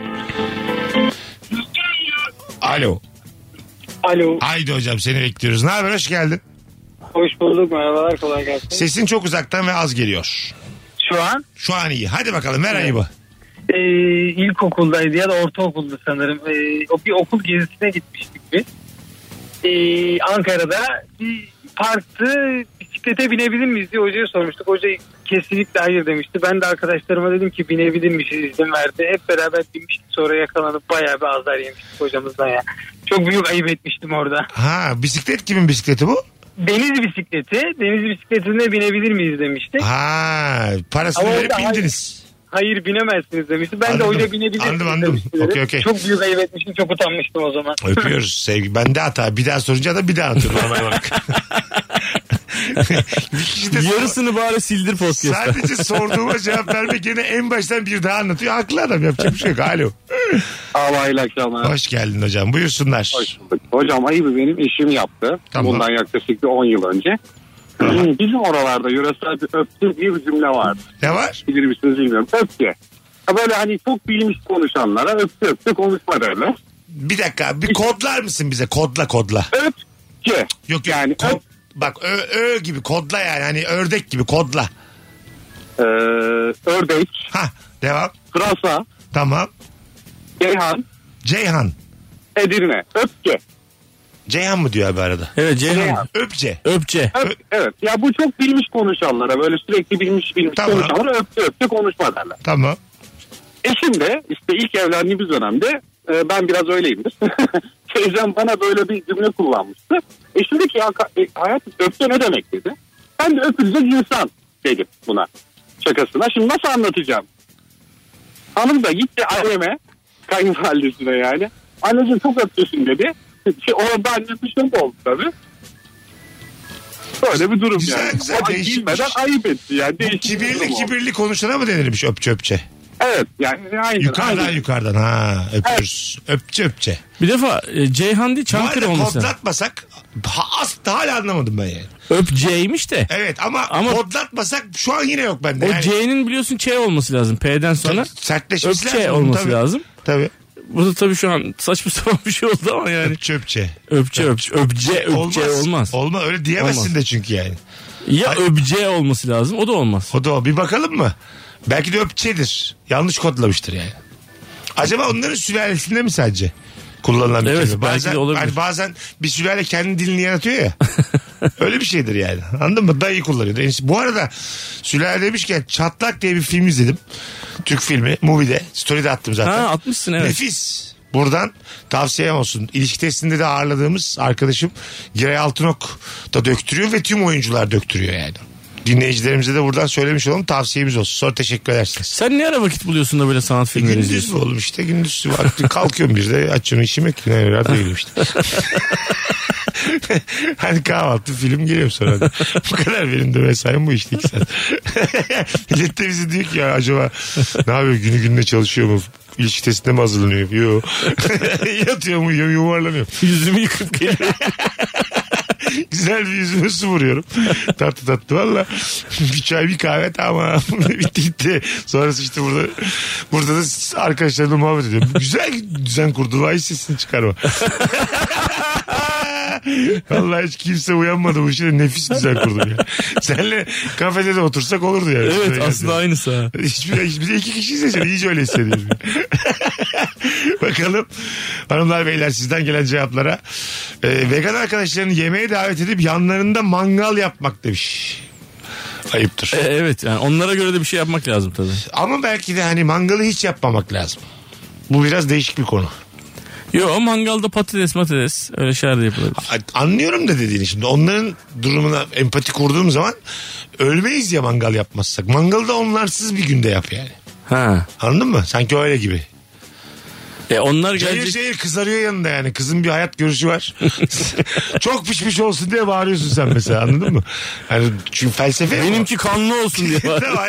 Alo. Haydi hocam seni bekliyoruz. Ne haber, hoş geldin. Hoş bulduk, merhabalar, kolay gelsin. Sesin çok uzaktan ve az geliyor. Şu an? Şu an iyi. Hadi bakalım ver ayıbı. İlkokuldaydı ya da ortaokulda sanırım. Bir okul gezisine gitmiştik biz. Ankara'da bir parktı, bisiklete binebilir miyiz diye hocaya sormuştuk. Hoca kesinlikle hayır demişti. Ben de arkadaşlarıma dedim ki binebilir miyiz, izin verdi. Hep beraber binmiştik, sonra yakalanıp bayağı bir azar yemiştik hocamızdan ya. Çok büyük ayıp etmiştim orada. Bisiklet kimin bisikleti bu? Deniz bisikleti. Deniz bisikletine binebilir miyiz demişti. Parasını verip bindiniz. Hayır binemezsiniz demişti. Ben de hoca binebilir Anladım. Okay. Çok büyük ayıp etmiştim. Çok utanmıştım o zaman. Öpüyoruz sevgi. Ben de hata. Bir daha sorunca da bir daha atıyorum. Yarısını bari sildir podcast'ta. Sadece sorduğuma cevap vermek yerine en baştan bir daha anlatıyor. Haklı adam, yapacak bir şey yok. Alo. Hayırlı akşamlar. Hoş geldin hocam. Buyursunlar. Hoş bulduk. Hocam ayıbı benim eşim yaptı. Tamam. Bundan yaklaşık 10 yıl önce. Bizim oralarda yöresel bir öptü diye bir cümle vardı. Ne var? Bilir misiniz bilmiyorum. Öpke. Böyle hani çok bilmiş konuşanlara öptü konuşma derler. Bir dakika. Bir kodlar mısın bize? Kodla. Öpke. Yok. Yani bak ö gibi kodla yani. Hani ördek gibi kodla. Ördek. Devam. Pırasa. Tamam. Ceyhan. Edirne. Öpke. Ceyhan mı diyor abi arada? Evet Ceyhan. Öpçe. Evet. Ya bu çok bilmiş konuşanlara, böyle sürekli bilmiş tamam. konuşanlara öpte konuşma derler. Tamam. Eşim de işte ilk evlendiğimiz dönemde ben biraz öyleyimdir. Teyzem bana böyle bir cümle kullanmıştı. Eşim de ki hayatım öpte ne demek dedi. Ben de öpülecek insan dedim buna şakasına. Şimdi nasıl anlatacağım? Hanım da gitti anneme, kayınvalidesine yani. Anneciğim çok öptüsün dedi. Orada annem bir şey oldu tabii. Böyle bir durum güzel, yani. Güzel değişikmiş. Ayıp etti yani. Kibirli konuşana mı denirmiş öpçe? Evet yani aynen. Yukarıdan ha öpüyoruz. Evet. Öpçe. Bir defa Ceyhan değil Çankırı olması. Kodlatmasak hala anlamadım ben yani. Öpce'ymiş de. Evet ama kodlatmasak şu an yine yok bende. O yani. C'nin biliyorsun Ç olması lazım. P'den sonra sertleşmesi Öpçe lazım. olması lazım. Tabii. Bu da tabii şu an saçma sapan bir şey oldu ama yani. Öpçe. Öpçe olmaz. Olmaz öyle diyemezsin olmaz. De çünkü yani. Ya öpçe olması lazım o da olmaz. O da bir bakalım mı? Belki de öpçedir. Yanlış kodlamıştır yani. Acaba onların sülalesinde mi sadece kullanılan bir kelime? Bazen, yani bazen bir sülale kendi dilini yaratıyor ya. Öyle bir şeydir yani. Anladın mı? Dayı kullanıyor. Bu arada sülale demişken Çatlak diye bir film izledim. Türk filmi. Movie'de. Story'de attım zaten. Ha atmışsın evet. Nefis. Buradan tavsiyem olsun. İlişki testinde de ağırladığımız arkadaşım Giray Altınok da döktürüyor ve tüm oyuncular döktürüyor yani. Dinleyicilerimize de buradan söylemiş olalım, tavsiyemiz olsun. Sonra teşekkür edersiniz. Sen ne ara vakit buluyorsun da böyle sanat filmleri izliyorsun? Gündüz oğlum işte, gündüz vakti kalkıyorum bir de açıyorum işime ki ne radyo işte. Hani kahvaltı film geliyor sonra. Bu kadar benim de mesaim bu işte 2 saat. Millet de bizi diyor ki ya acaba ne yapıyor, günü gününe çalışıyor mu? İlişki testine mi hazırlanıyor? Yok. Yatıyor mu? Yuvarlanıyor. Yüzümü yıkıp geliyor. Güzel bir yüzüme su vuruyorum. Tatlı valla. Bir çay bir kahve tamam. Bitti gitti. Sonrası işte burada da arkadaşlarımla muhabbet ediyorum. Güzel düzen kurdu. Vay sesini çıkarma. Vallahi hiç kimse uyanmadı bu işe. Nefis düzen kurdum ya. Seninle kafede de otursak olurdu yani. Evet aslında aynısı ha. Biz de 2 kişiyiz ya. İyice öyle hissediyorum. Bakalım hanımlar beyler sizden gelen cevaplara. Vegan arkadaşlarını yemeğe davet edip yanlarında mangal yapmak demiş. Ayıptır. Evet yani onlara göre de bir şey yapmak lazım tabii. Ama belki de hani mangalı hiç yapmamak lazım. Bu biraz değişik bir konu. Yok mangalda patates öyle şeyler de yapılabilir. Anlıyorum da dediğini şimdi. Onların durumuna empati kurduğum zaman ölmeyiz ya mangal yapmazsak. Mangalı da onlarsız bir günde yap yani. Ha. Anladın mı? Sanki öyle gibi. Onlar gelecek. Cayır kızarıyor yanında yani. Kızın bir hayat görüşü var. Çok pişmiş olsun diye bağırıyorsun sen mesela, anladın mı? Yani çünkü felsefe benimki kanlı olsun diye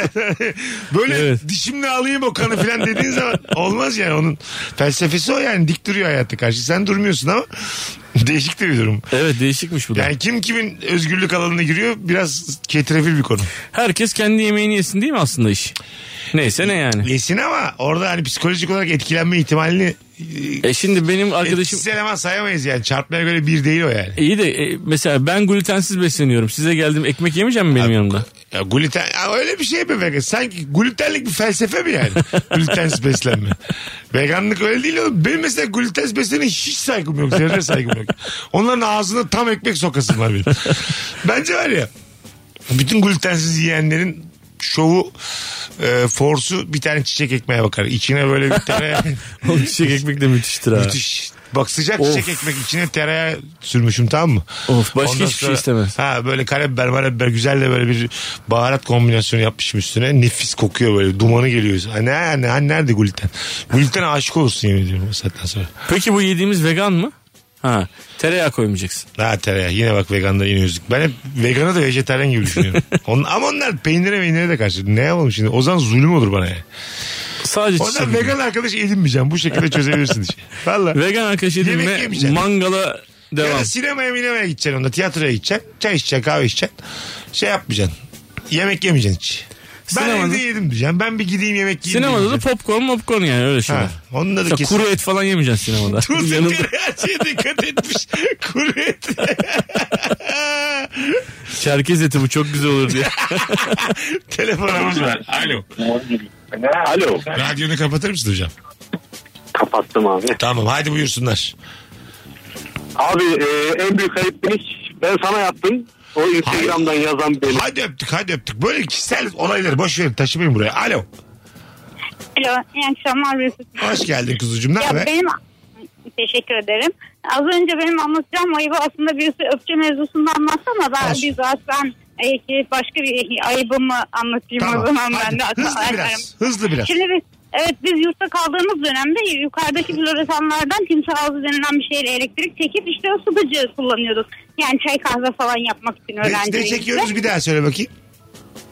böyle evet. Dişimle alayım o kanı falan dediğin zaman olmaz yani, onun felsefesi o yani, dik duruyor hayata karşı. Sen durmuyorsun ama değişik de bir durum. Evet değişikmiş bu da. Yani kim kimin özgürlük alanına giriyor biraz ketrefil bir konu. Herkes kendi yemeğini yesin değil mi aslında iş? Neyse ne yani. Yesin ama orada hani psikolojik olarak etkilenme ihtimalini şimdi benim arkadaşım etkisiz eleman sayamayız yani, çarpmaya göre bir değil o yani. İyi de mesela ben glutensiz besleniyorum. Size geldim ekmek yemeyeceğim mi benim yanımda? Ya gluten öyle bir şey mi vegan? Sanki glutenlik bir felsefe mi yani? Glutensiz beslenme. Veganlık öyle değil oğlum. Benim mesela glutensiz beslenmeye hiç saygım yok. Zerre saygım yok. Onların ağzına tam ekmek sokasım var benim. Bence var ya, bütün glutensiz yiyenlerin şovu forsu bir tane çiçek ekmeğe bakar. İçine böyle bir tereyağı. O çiçek ekmek de müthiştir ha. Müthiş. Bak sıcak çiçek ekmek içine tereyağı sürmüşüm, tamam mı? Of, başka hiçbir şey istemez. Ha böyle karabiber güzel de böyle bir baharat kombinasyonu yapmışım üstüne. Nefis kokuyor böyle, dumanı geliyor. Nerede gluten? Glutene aşık olursun yemin ediyorum o saatten sonra. Peki bu yediğimiz vegan mı? Ha, tereyağı koymayacaksın. Ha tereyağı. Yine bak veganlar yine yüzdük. Ben hep veganı da vejetaryen gibi düşünüyorum. Ama onlar peynire de karşı. Ne yapalım şimdi? O zaman zulüm olur bana yani. Sadece ondan vegan arkadaş edinmeyeceğim. Bu şekilde çözebilirsin işi. Vallahi. Vegan arkadaş edinme, mangala devam. Ya sinemaya gideceksin onda. Tiyatroya gideceksin. Çay içeceksin, kahve içeceksin. Şey yapmayacaksın. Yemek yemeyeceksin hiç. Ben evde yedim diyeceğim. Ben bir gideyim yemek yiyeyim. Sinemada da popcorn yani öyle şeyler. Onunla da kesin. Kuru et falan yemeyeceksin sinemada. Her şeye dikkat etmiş. Kuru et. Çerkez eti bu çok güzel olur diye. Telefonumuz var. Alo. Alo. Radyonu kapatır mısın hocam? Kapattım abi. Tamam hadi buyursunlar. Abi en büyük ayıp ben sana yaptım. O Instagram'dan yazan benim. Hadi öptük. Böyle kişisel olayları boş verin, taşımayın buraya. Alo. Alo, iyi akşamlar Mesut. Hoş geldin kuzucuğum, ne haber? Teşekkür ederim. Az önce benim anlatacağım ayıbı aslında birisi öpçe mevzusunda anlattı ama ben başka bir ayıbımı anlatayım o zaman ben de. Hızlı biraz. Şimdi biz yurtta kaldığımız dönemde yukarıdaki floresanlardan timsah ağzı denilen bir şeyle elektrik çekip işte o sıvıcı kullanıyorduk. Yani çay kahve falan yapmak için öğrencilerimizle. Ne çekiyoruz, bir daha söyle bakayım.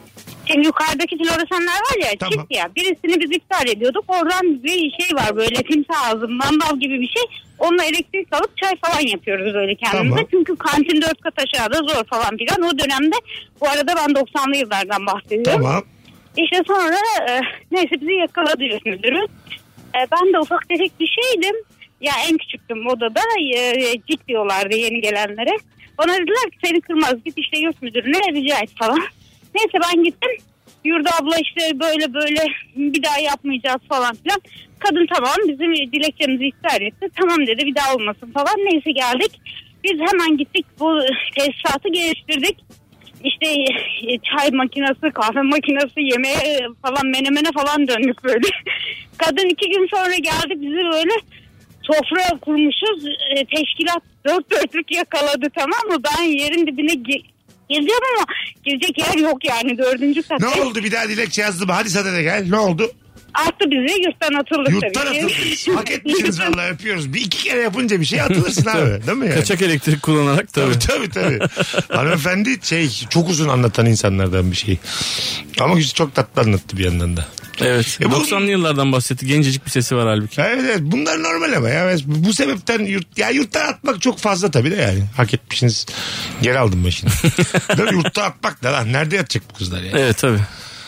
Şimdi yukarıdaki floresanlar var ya, Tamam. çift ya. Birisini biz iptal ediyorduk. Oradan bir şey var böyle timsah ağzı, mandal gibi bir şey. Onunla elektrik alıp çay falan yapıyoruz böyle kendimize. Tamam. Çünkü kantin 4 kat aşağıda zor falan filan. O dönemde, bu arada ben 90'lı yıllardan bahsediyorum. Tamam. İşte sonra neyse bizi yakaladı müdürü. Ben de ufak tefek bir şeydim. Ya en küçüktüm odada. Cik diyorlardı yeni gelenlere. Bana dediler ki seni kırmaz, git işte yurt müdürüne rica et falan. Neyse ben gittim. Yurda abla işte böyle böyle bir daha yapmayacağız falan filan. Kadın tamam bizim dilekçemizi iptal etti. Tamam dedi, bir daha olmasın falan. Neyse geldik. Biz hemen gittik, bu tesisatı geliştirdik. İşte çay makinesi, kahve makinesi, yemeğe falan, menemene falan döndük böyle. Kadın 2 gün sonra geldi, bizi böyle sofra kurmuşuz. Teşkilat 4 dörtlük yakaladı, tamam mı? Ben yerin dibine gireceğim ama girecek yer yok yani, 4. kat. Ne oldu, bir daha dilekçe yazdım, hadi sana da gel, ne oldu? Attı bizi, yurttan atıldık. Yurttan atıldık. Hak etmişsiniz vallahi, öpüyoruz. Bir 2 kere yapınca bir şey atılırsın abi. Değil mi yani? Kaçak elektrik kullanarak tabii. Tabii. Hanımefendi çok uzun anlatan insanlardan bir şey. Ama çok tatlı anlattı bir yandan da. Evet. 90'lı yıllardan bahsetti. Gencecik bir sesi var halbuki. Evet. Bunlar normal ama ya. Bu sebepten yurttan atmak çok fazla tabii de yani. Hak etmişsiniz. Geri aldım başını. Yurtta atmak da lan. Nerede yatacak bu kızlar ya? Evet tabii.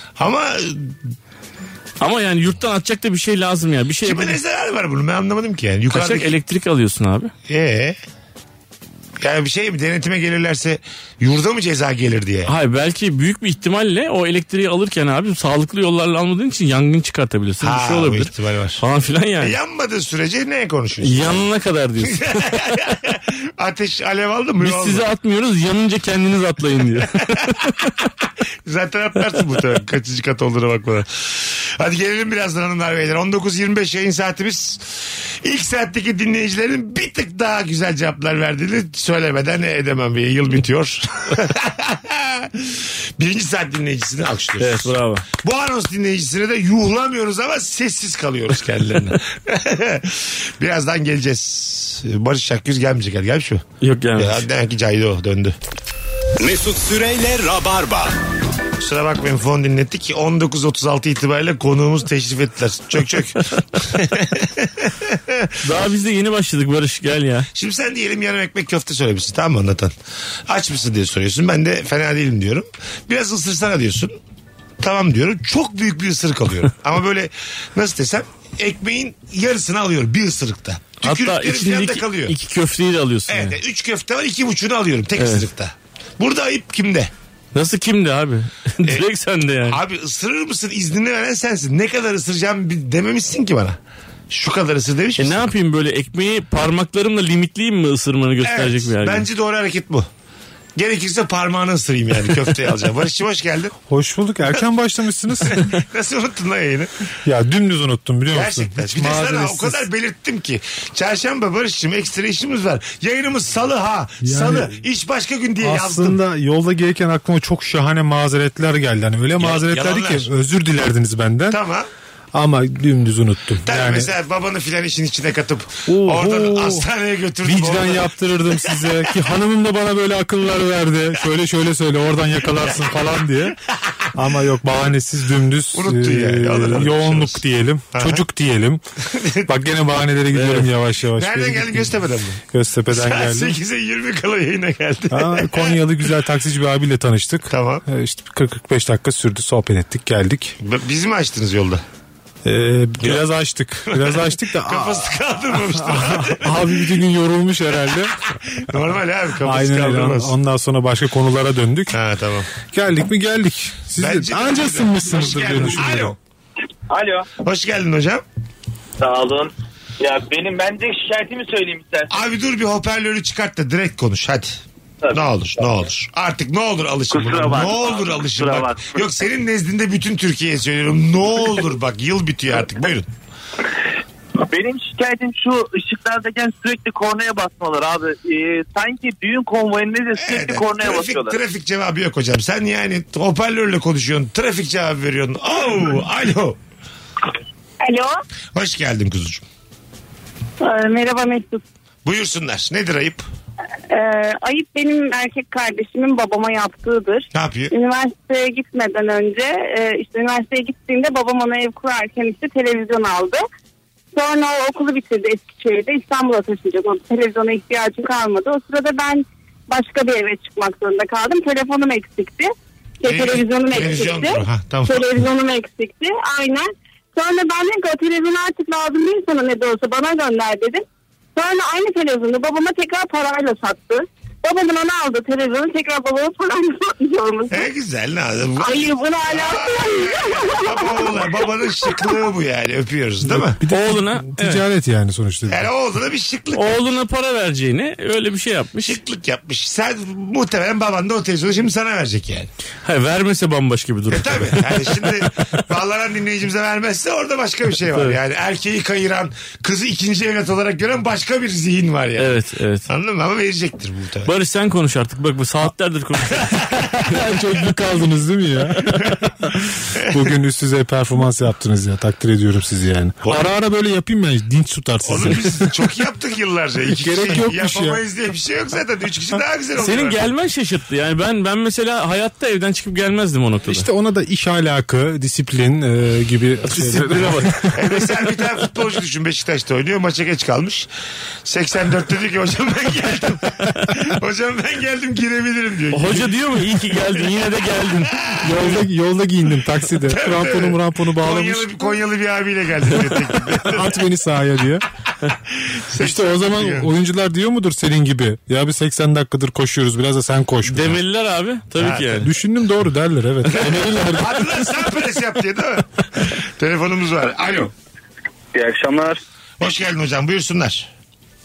Ama yani yurttan atacak da bir şey lazım ya. Bir şey kime ne zararı var bunun, ben anlamadım ki yani. Kaçak elektrik alıyorsun abi. Yani bir şey mi, denetime gelirlerse yurda mı ceza gelir diye? Hayır, belki büyük bir ihtimalle o elektriği alırken abi sağlıklı yollarla almadığın için yangın çıkartabilirsin. Bir şey olabilir. ihtimal var. Falan filan yani. Yanmadığı sürece ne konuşuyorsun? Yanına kadar diyorsun. Ateş alev aldı mı? Biz size atmıyoruz, yanınca kendiniz atlayın diyor. Zaten atlarsın bu tabii. Kaçıncı kat olduğuna bakmadan. Hadi gelelim birazdan hanımlar beyler. 19.25 yayın saatimiz. İlk saatteki dinleyicilerin bir tık daha güzel cevaplar verdiğini söylemeden edemem. Bir yıl bitiyor. Birinci saat dinleyicisini alkışlıyoruz. Evet, bravo. Bu anons dinleyicisine de yuhlamıyoruz ama sessiz kalıyoruz kendilerine. Birazdan geleceğiz. Barış Şakyüz gelmeyecek. Gelmiş mi? Yok, gelmeyecek. Demek ki Caydo döndü. Mesut Süreyle Rabarba. Kusura bakmayın, fon dinlettik. 19.36 itibariyle konuğumuz teşrif ettiler. Çök. Daha biz de yeni başladık Barış, gel ya. Şimdi sen diyelim yarım ekmek köfte söylemişsin, tamam mı anlatan? Aç mısın diye soruyorsun. Ben de fena değilim diyorum. Biraz ısırsana diyorsun. Tamam diyorum. Çok büyük bir ısırık alıyorum. Ama böyle nasıl desem, ekmeğin yarısını alıyorum bir ısırıkta. Hatta içindeki 2 köfteyi de alıyorsun. Evet, yani. 3 köfte var, 2,5'unu alıyorum tek ısırıkta. Burada ayıp kimde? Nasıl kimde abi? Direkt sende yani. Abi ısırır mısın, iznini veren sensin. Ne kadar ısıracağım dememişsin ki bana. Şu kadar ısır demiş misin? Ne yapayım, böyle ekmeği parmaklarımla limitleyeyim mi ısırmanı gösterecek bir yer? Bence doğru hareket bu. Gerekirse parmağını ısırayım yani, köfteyi alacağım. Barış'cığım hoş geldin. Hoş bulduk. Erken başlamışsınız. Nasıl unuttun lan yayını? Ya dümdüz unuttum biliyor musun? Gerçekten. Hiç Bir de sana mazeretsiz. o kadar belirttim ki. Çarşamba Barış'cığım ekstra işimiz var. Yayınımız salı ha. Yani salı. İş başka gün diye yazdım. Aslında yolda gelirken aklıma çok şahane mazeretler geldi. Hani öyle mazeretlerdi ki özür dilerdiniz benden. Tamam. Ama dümdüz unuttum. Tabii yani... mesela babanı filan işin içine katıp oradan hastaneye götürdüm. Vicdan yaptırırdım size ki hanımım da bana böyle akıllar verdi. Şöyle söyle oradan yakalarsın falan diye. Ama yok, bahanesiz dümdüz yoğunluk diyelim. Aha. Çocuk diyelim. Bak gene bahanelere gidiyorum yavaş yavaş. Nereden geldin, Göztepe'den mi? Göztepe'den geldim. Saat 8'e 20 kala yayına geldi. Konyalı güzel taksici bir abiyle tanıştık. Tamam. İşte 40-45 dakika sürdü, sohbet ettik, geldik. Bizi mi açtınız yolda? Biraz açtık da kafası kaldırmamıştır. Abi bütün gün yorulmuş herhalde. Normal abi, kafası aynen kaldırmaz. Ondan sonra başka konulara döndük. Ha tamam. Geldik mi geldik. Siz de anca ısınmışsınızdır diye düşünüyorum. Alo. Hoş geldin hocam. Sağ olun. Ya ben de şikayetimi söyleyeyim istersen. Abi dur bir hoparlörü çıkart da direkt konuş hadi. Tabii, ne olur. Artık ne olur alışın. Ne olur alışın bak. Yok, senin nezdinde bütün Türkiye'ye söylüyorum. Ne olur bak, yıl bitiyor artık. Buyurun. Benim şikayetim şu: ışıklardayken sürekli kornaya basmalar abi. Sanki düğün konvoyunda da sürekli kornaya basıyorlar. Trafik cevabı yok hocam. Sen yani hoparlörle konuşuyorsun. Trafik cevabı veriyorsun. Alo. Alo. Hoş geldin kuzucuğum. Merhaba Mesut. Buyursunlar. Nedir ayıp? Ayıp benim erkek kardeşimin babama yaptığıdır. Ne yapıyor? Üniversiteye gitmeden önce işte üniversiteye gittiğinde babam ona ev kurarken işte televizyon aldı. Sonra o okulu bitirdi Eskişehir'de, İstanbul'a taşınacak. O televizyona ihtiyacı kalmadı. O sırada ben başka bir eve çıkmak zorunda kaldım. Telefonum eksikti. Televizyonum eksikti. Tamam. Televizyonum eksikti. Aynen. Sonra ben dedim ki o televizyon artık lazım değil sana, ne de olsa bana gönder dedim. Sonra aynı televizyonu babama tekrar parayla sattı. Babamın onu aldı televizyonu tekrar babama parayla satmış olması. Güzel, ne yapayım? Ayıbın alakası. Babanın şıklığı bu yani, öpüyoruz değil mi? Bir de oğluna ticaret yani sonuçta. Yani oğluna bir şıklık. Oğluna para vereceğini öyle bir şey yapmış. Şıklık yapmış. Sen muhtemelen baban da o televizyonu şimdi sana verecek yani. Hayır, vermese bambaşka bir durum. Tabii. Yani şimdi bağlanan dinleyicimize vermezse orada başka bir şey var. Yani erkeği kayıran, kızı ikinci evlat olarak gören başka bir zihin var yani. Evet. Anladın mı? Ama verecektir muhtemelen. Barış sen konuş artık. Bak bu saatlerdir konuşuyoruz. Çok yük aldınız değil mi ya? Bugün üst düzey performans yaptınız ya. Takdir ediyorum sizi yani. Ara ara böyle yapayım ben. Dinç tutar sizi. Onu biz çok yaptık yıllarca. Gerek yokmuş ya. Yapamayız diye bir şey yok zaten. 3 kişi daha güzel olur. Senin gelmen şaşırttı. Yani ben mesela hayatta evden çıkıp gelmezdim o noktada. İşte ona da iş ahlakı, disiplin gibi disipline bak. Mesela bir tane futbolcu düşün, Beşiktaş'ta oynuyor. Maça geç kalmış. 84 dedi ki hocam ben geldim. Hocam ben geldim, girebilirim diyor. Hoca diyor mu iyi ki geldin, yine de geldin. Yolda giyindim takside. Ramponu bağlamış. Konyalı bir abiyle geldim. At beni sahaya diyor. İşte o zaman oyuncular diyor mudur senin gibi? Ya bir 80 dakikadır koşuyoruz, biraz da sen koş. Demeliler abi. Tabii ki yani. Düşündüm, doğru derler, evet. Hadi lan sen pres yap diye değil mi? Telefonumuz var. Alo. İyi akşamlar. Hoş geldin hocam, buyursunlar.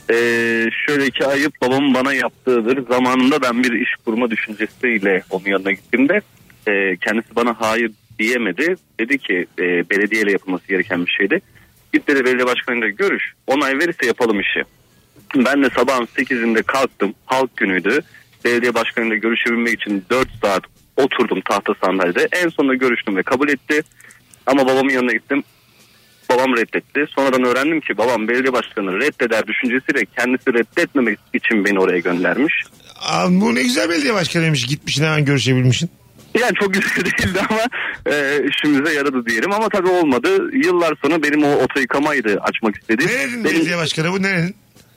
Şöyle ki ayıp babamın bana yaptığıdır. Zamanında ben bir iş kurma düşüncesiyle onun yanına gittiğimde kendisi bana hayır diyemedi. Dedi ki belediyeyle yapılması gereken bir şeydi. Git dedi belediye başkanıyla görüş. Onay verirse yapalım işi. Ben de sabahın 8'inde kalktım. Halk günüydü. Belediye başkanıyla görüşebilmek için 4 saat oturdum tahta sandalyede. En sonunda görüştüm ve kabul etti. Ama babamın yanına gittim. Babam reddetti. Sonradan öğrendim ki babam belediye başkanı reddeder düşüncesiyle kendisi reddetmemek için beni oraya göndermiş. Bu ne güzel belediye başkanıymış. Gitmişsin, hemen görüşebilmişsin. Yani çok güzel değildi ama işimize yaradı diyelim. Ama tabii olmadı. Yıllar sonra benim o oto yıkamaydı açmak istediğim. Nerenin belediye başkanı bu, nerenin?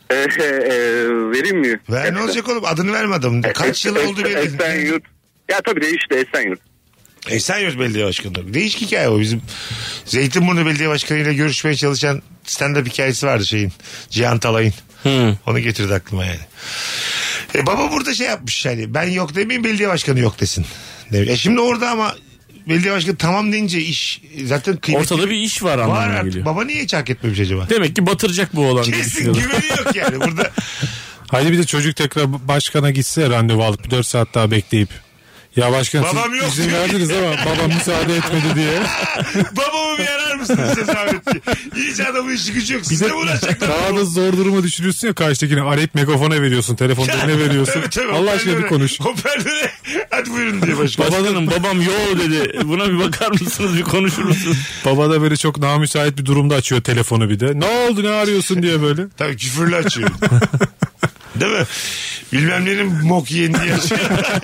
Vereyim mi? Ver, ne olacak oğlum, adını verme adamın. Kaç yıl oldu belediye? Esenyurt. Ya tabii değişti, Esenyurt. Esenyurt belediye başkanı. Değişik hikaye o. Bizim Zeytinburnu belediye başkanıyla görüşmeye çalışan stand-up hikayesi vardı şeyin. Cihan Talay'ın. Onu getirdi aklıma yani. Baba burada şey yapmış yani, ben yok demeyeyim, belediye başkanı yok desin. Şimdi orada ama belediye başkanı tamam deyince iş zaten kıymetli. Ortada bir iş var anlamına geliyor. Baba niye hiç hak etmemiş acaba? Demek ki batıracak bu olan. Kesin güveni yok yani burada. Haydi bir de çocuk tekrar başkana gitse randevu alıp 4 saat daha bekleyip. Ya başkan babam siz yok izin diyor. verdiniz ama babam müsaade etmedi diye. Babamı bir arar mısınız size zahmet diye. İyice adamın işi gücü yok. Siz de uğraşacaklar. Daha da zor duruma düşürüyorsun ya karşıdakine. Arayıp megafona veriyorsun. Telefonu eline veriyorsun. Tabii, Allah aşkına bir konuş. Hoparlöre hadi buyurun diye başkan. Başkanım babam yo dedi. Buna bir bakar mısınız, bir konuşur musunuz? Baba da böyle çok namüsait bir durumda açıyor telefonu bir de. Ne oldu, ne arıyorsun diye böyle. Tabii küfürlü açıyor. Değil mi? Bilmem nenin mok yiyen diye açıyor.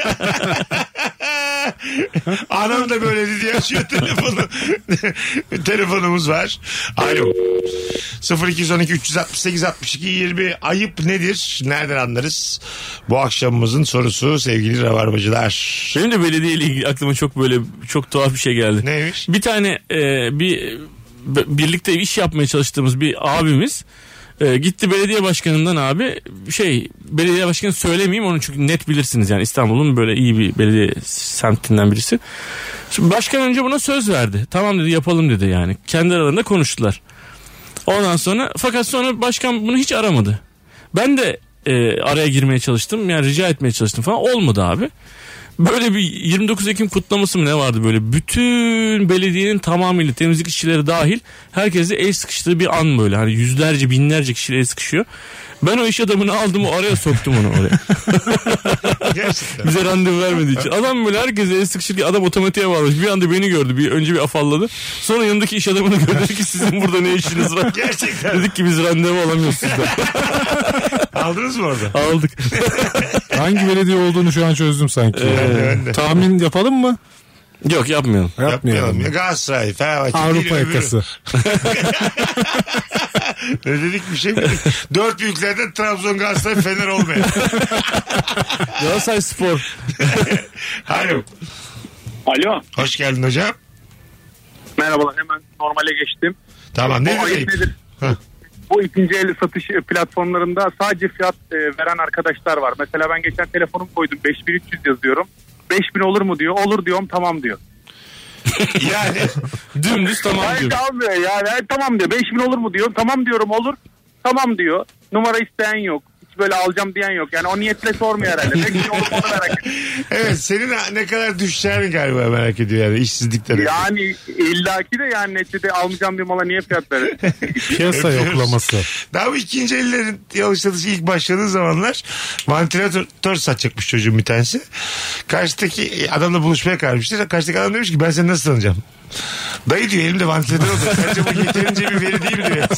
Anam da böyledi diye açıyor telefonu. Telefonumuz var. Alo. 0212 368 62 20. Ayıp nedir? Nereden anlarız? Bu akşamımızın sorusu sevgili rabarbacılar. Benim de belediyeyle ilgili aklıma çok tuhaf bir şey geldi. Neymiş? Bir tane birlikte iş yapmaya çalıştığımız bir abimiz gitti belediye başkanından abi belediye başkanı söylemeyeyim onu çünkü net bilirsiniz yani İstanbul'un böyle iyi bir belediye semtinden birisi. Şimdi başkan önce buna söz verdi. Tamam dedi, yapalım dedi yani. Kendi aralarında konuştular. Ondan sonra fakat sonra başkan bunu hiç aramadı. Ben de araya girmeye çalıştım yani rica etmeye çalıştım falan, olmadı abi. Böyle bir 29 Ekim kutlaması mı ne vardı böyle? Bütün belediyenin tamamıyla temizlik işçileri dahil herkese el sıkıştığı bir an böyle. Hani yüzlerce binlerce kişiyle el sıkışıyor. Ben o iş adamını aldım, o araya soktum onu oraya. Gerçekten. Bize randevu vermediği için. Adam böyle herkese el sıkışırken adam otomatiğe bağlamış. Bir anda beni gördü. Önce bir afalladı. Sonra yanındaki iş adamını gördü ki sizin burada ne işiniz var? Gerçekten. Dedik ki biz randevu alamıyoruz sizden. Aldınız mı orada? Aldık. Hangi belediye olduğunu şu an çözdüm sanki. Ben de. Tahmin yapalım mı? Yok yapmayalım. Yapmayalım. Ya. Galatasaray, Fenerbahçe. Avrupa yakası. Ne dedik bir şey mi dedik? 4 büyüklerden Trabzon, Galatasaray, Fener olmayan. Galatasaray Spor. Alo. Alo. Hoş geldin hocam. Merhabalar, hemen normale geçtim. Tamam, ne dedik? Bu ikinci el satış platformlarında sadece fiyat veren arkadaşlar var. Mesela ben geçen telefonumu koydum, 5300 yazıyorum. 5000 olur mu diyor. Olur diyorum, tamam diyor. Yani dümdüz tamam diyor. Tamam diyor yani, tamam diyor. 5000 olur mu diyor. Tamam diyorum, olur. Tamam diyor. Numara isteyen yok. Hiç böyle alacağım diyen yok. Yani o niyetle sormuyor herhalde. 5000 olur mu onu merak ediyor. Evet, senin ne kadar düşeceğini galiba merak ediyor yani işsizlikten. Yani illaki de yani neticede almayacağım bir mala niye fiyat verir? Piyasa yoklaması. Daha bu ikinci ellerin alışverişi ilk başladığı zamanlar vantilatör satacakmış çocuğun bir tanesi. Karşıdaki adamla buluşmaya kalmıştır. Karşıdaki adam demiş ki ben seni nasıl tanıyacağım? Dayı diyor elimde vantilatör oldu. Sence bu yeterince bir veri değil mi diyor.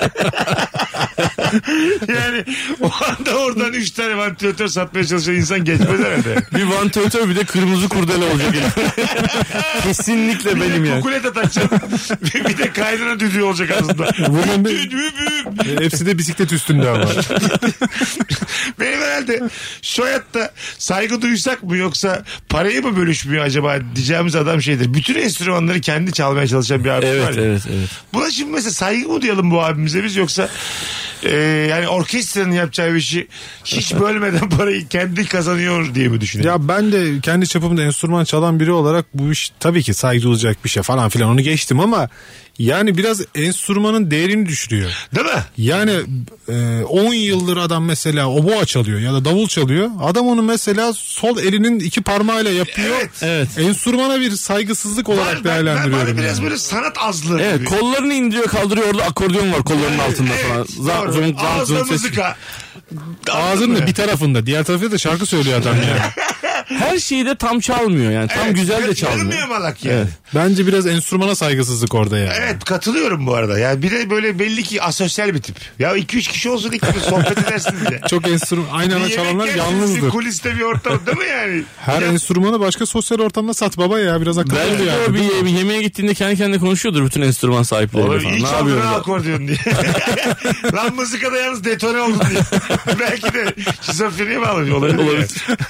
Yani o anda oradan 3 tane vantilatör satmaya çalışan insan geçmez herhalde. Bir vantilatör bir de kırmızı kurdele olacak. Kesinlikle bir benim yani. Kukulete takacağım. Bir de kaynana düdüğü olacak aslında. Hepsi de bisiklet üstünde ama. Benim herhalde şu hayatta saygı duysak mı yoksa parayı mı bölüşmüyor acaba diyeceğimiz adam şeydir. Bütün enstrümanları kendi çalmaya çalışan bir abimiz var ya. Evet. Buna şimdi mesela saygı mı duyalım bu abimize biz yoksa yani orkestranın yapacağı bir işi hiç bölmeden parayı kendi kazanıyor diye mi düşünüyorsun? Ya ben de kendi çapımda enstrüman çalan biri olarak bu iş tabii ki saygı duyulacak bir şey falan filan, onu geçtim ama yani biraz enstrümanın değerini düşürüyor. Değil mi? Yani 10 yıldır adam mesela oboa çalıyor ya da davul çalıyor. Adam onu mesela sol elinin 2 parmağıyla yapıyor. Evet. Enstrümana bir saygısızlık olarak değerlendiriyorum. Ben biraz yani. böyle sanat azlığı. Evet, gibi. kollarını indiriyor kaldırıyor, orada akordeon var kollarının altında falan. Ağızda mızıka. Ağzının da bir tarafında, diğer tarafında da şarkı söylüyor adam yani. Her şeyi de tam çalmıyor yani. Tam güzel de çalmıyor. Yarılmıyor yani. Evet. Bence biraz enstrümana saygısızlık orada yani. Evet, katılıyorum bu arada. Yani bir de böyle belli ki asosyal bir tip. Ya 2-3 kişi olsun ilk bir sohbet edersin diye. Çok enstrüman aynı anda çalanlar yalnızdır. Kuliste bir ortam değil mi yani? Her enstrümanı başka sosyal ortamda sat baba ya, biraz akıllı Belki yani. o bir yemeğe gittiğinde kendi kendine konuşuyordur bütün enstrüman sahipleri falan. İyi çaldın akordeon diye. Lan mızıkada yalnız detone oldun diye. Belki de şizofreniye bağlı olabilir.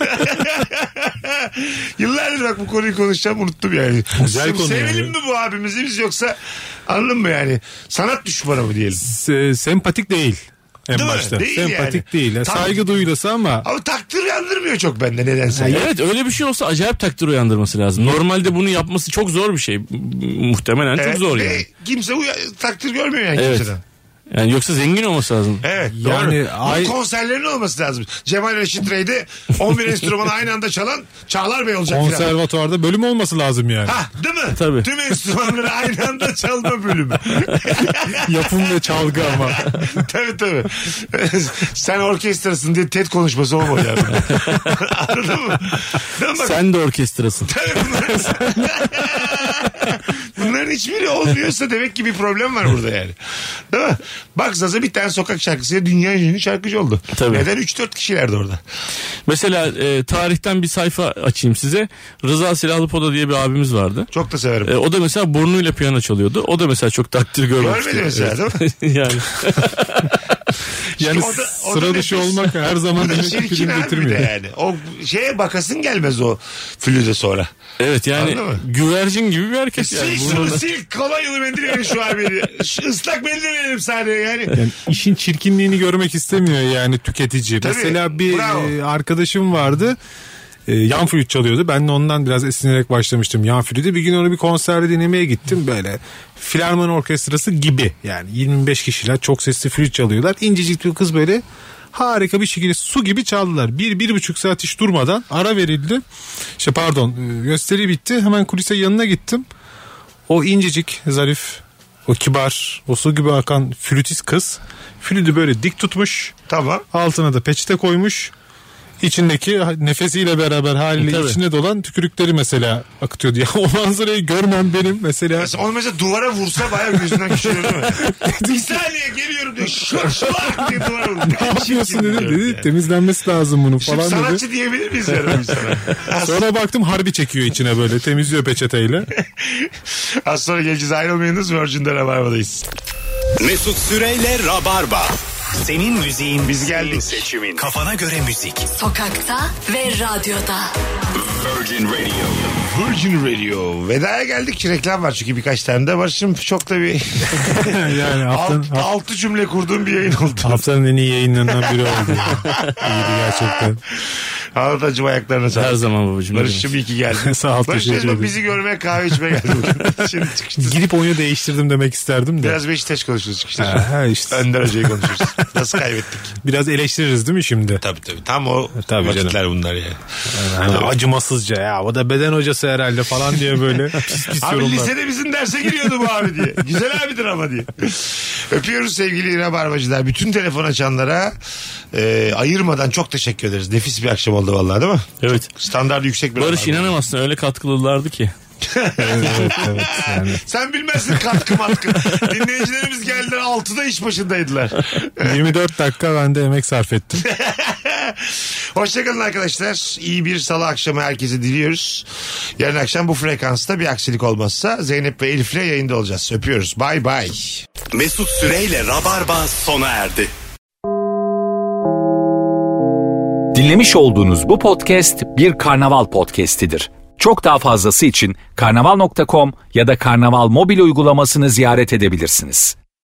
Yıllardır bak bu konuyu konuşacağım, unuttum yani. Güzel konu. Sevelim mi bu abimizi biz yoksa anladın mı yani? Sanat düşmanı mı diyelim? Sempatik değil. En Değil başta. Değil Sempatik yani. değil. Saygı duyulası ama. Ama takdir uyandırmıyor çok bende nedense. Evet, öyle bir şey olsa acayip takdir uyandırması lazım. Normalde bunu yapması çok zor bir şey. Muhtemelen çok zor yani. Kimse takdir görmüyor yani evet. kimseden. Yani yoksa zengin olması lazım. Evet. Yani doğru. Konserlerin olması lazım. Cemal Reşit Rey'de 11 enstrümanı aynı anda çalan Çağlar Bey olacak. Konservatuvarda bölüm olması lazım yani. Ha, değil mi? Tabii. Tüm enstrümanları aynı anda çalma bölümü. Yapım ve çalgı ama. Tabii. Sen orkestrasın diye TED konuşması olmadı yani. Anladın mı? Sen de orkestrasın. Bunların hiçbiri olmuyorsa demek ki bir problem var burada yani. Değil mi? Bak Zaza bir tane sokak şarkısıyla dünya ünlü şarkıcı oldu. Tabii. Neden 3-4 kişilerdi orada? Mesela tarihten bir sayfa açayım size. Rıza Silahlıpoda diye bir abimiz vardı. Çok da severim. O da mesela burnuyla piyano çalıyordu. O da mesela çok takdir görmemişti. Görmedi mesela değil mi? Yani. Yani sıra dışı olmak her zaman demek ki film getirmiyor. Yani. O şeye bakasın gelmez o flüde sonra. Evet yani güvercin gibi bir hareket yani. Sil kolonyalı mendil verin şu abi. Islak mendil verelim sahneye yani. İşin çirkinliğini görmek istemiyor yani tüketici. Tabii, mesela bir bravo. arkadaşım vardı. Yan flüt çalıyordu. Ben de ondan biraz esinlenerek başlamıştım yan flütü. Bir gün onu bir konserde dinlemeye gittim. Böyle filarmoni orkestrası gibi. Yani 25 kişiler çok sesli flüt çalıyorlar. İncecik bir kız böyle harika bir şekilde su gibi çaldılar. 1-1,5 saat hiç durmadan ara verildi. Gösteri bitti. Hemen kulise yanına gittim. O incecik, zarif, o kibar, o su gibi akan flütist kız flütü böyle dik tutmuş. Tamam. Altına da peçete koymuş. içindeki nefesiyle beraber haliyle içine dolan tükürükleri mesela akıtıyordu. Ya o manzarayı görmem benim mesela. Onu mesela duvara vursa bayağı gözünden geçiyor değil mi? Bir saniye geliyorum diyor. Şlak diye duvara vurdu. Ne yapıyorsun dedi. Temizlenmesi lazım bunun şimdi falan dedi. Sanatçı diyebilir miyiz yani sana? Sonra baktım harbi çekiyor içine böyle. Temizliyor peçeteyle. Az sonra geleceğiz. Ayrılmayınız. Virgin'de Rabarba'dayız. Mesut Süreyle Rabarba. Senin müziğin, biz geldik. Seçimin. Kafana göre müzik. Sokakta ve radyoda. Virgin Radio. Virgin Radio. Veda'ya geldik. Reklam var çünkü birkaç tane de var. Şimdi çok da bir yani altı cümle kurduğum bir yayın oldu. Haftanın en iyi yayınlarından biri oldu. İyiydi gerçekten. Anlatacım ayaklarına sağlık. Her zaman babacığım. Barış'cığım iyi ki geldin. Sağ ol. Barış'cığım bizi görmeye kahve içmeye geldi bugün. Şimdi çıkıştı. Gidip oyunu değiştirdim demek isterdim de. Biraz Beşiktaş konuşuruz çıkışta. İşte. Önder Hoca'yı konuşuruz. Nasıl kaybettik? Biraz eleştiririz değil mi şimdi? Tabii. Tam o vakitler bunlar yani. Yani acımasızca ya. O da beden hocası herhalde falan diye böyle pis abi yorumlar. lisede bizim derse giriyordu bu abi diye. Güzel abidir ama diye. Öpüyoruz sevgili Rabarbacılar. Bütün telefon açanlara ayırmadan çok teşekkür ederiz. Nefis bir akşam oldu vallahi değil mi? Evet. Standartı yüksek bir Barış inanamazsın öyle katkılılardı ki. evet yani. Sen bilmezsin katkı. Dinleyicilerimiz geldiler 6'da iş başındaydılar. 24 dakika ben de emek sarf ettim. Hoşçakalın arkadaşlar. İyi bir salı akşamı herkese diliyoruz. Yarın akşam bu frekansta bir aksilik olmazsa Zeynep ve Elif'le yayında olacağız. Öpüyoruz. Bye bye. Mesut Süreyle Rabarba sona erdi. Dinlemiş olduğunuz bu podcast bir karnaval podcastidir. Çok daha fazlası için karnaval.com ya da karnaval mobil uygulamasını ziyaret edebilirsiniz.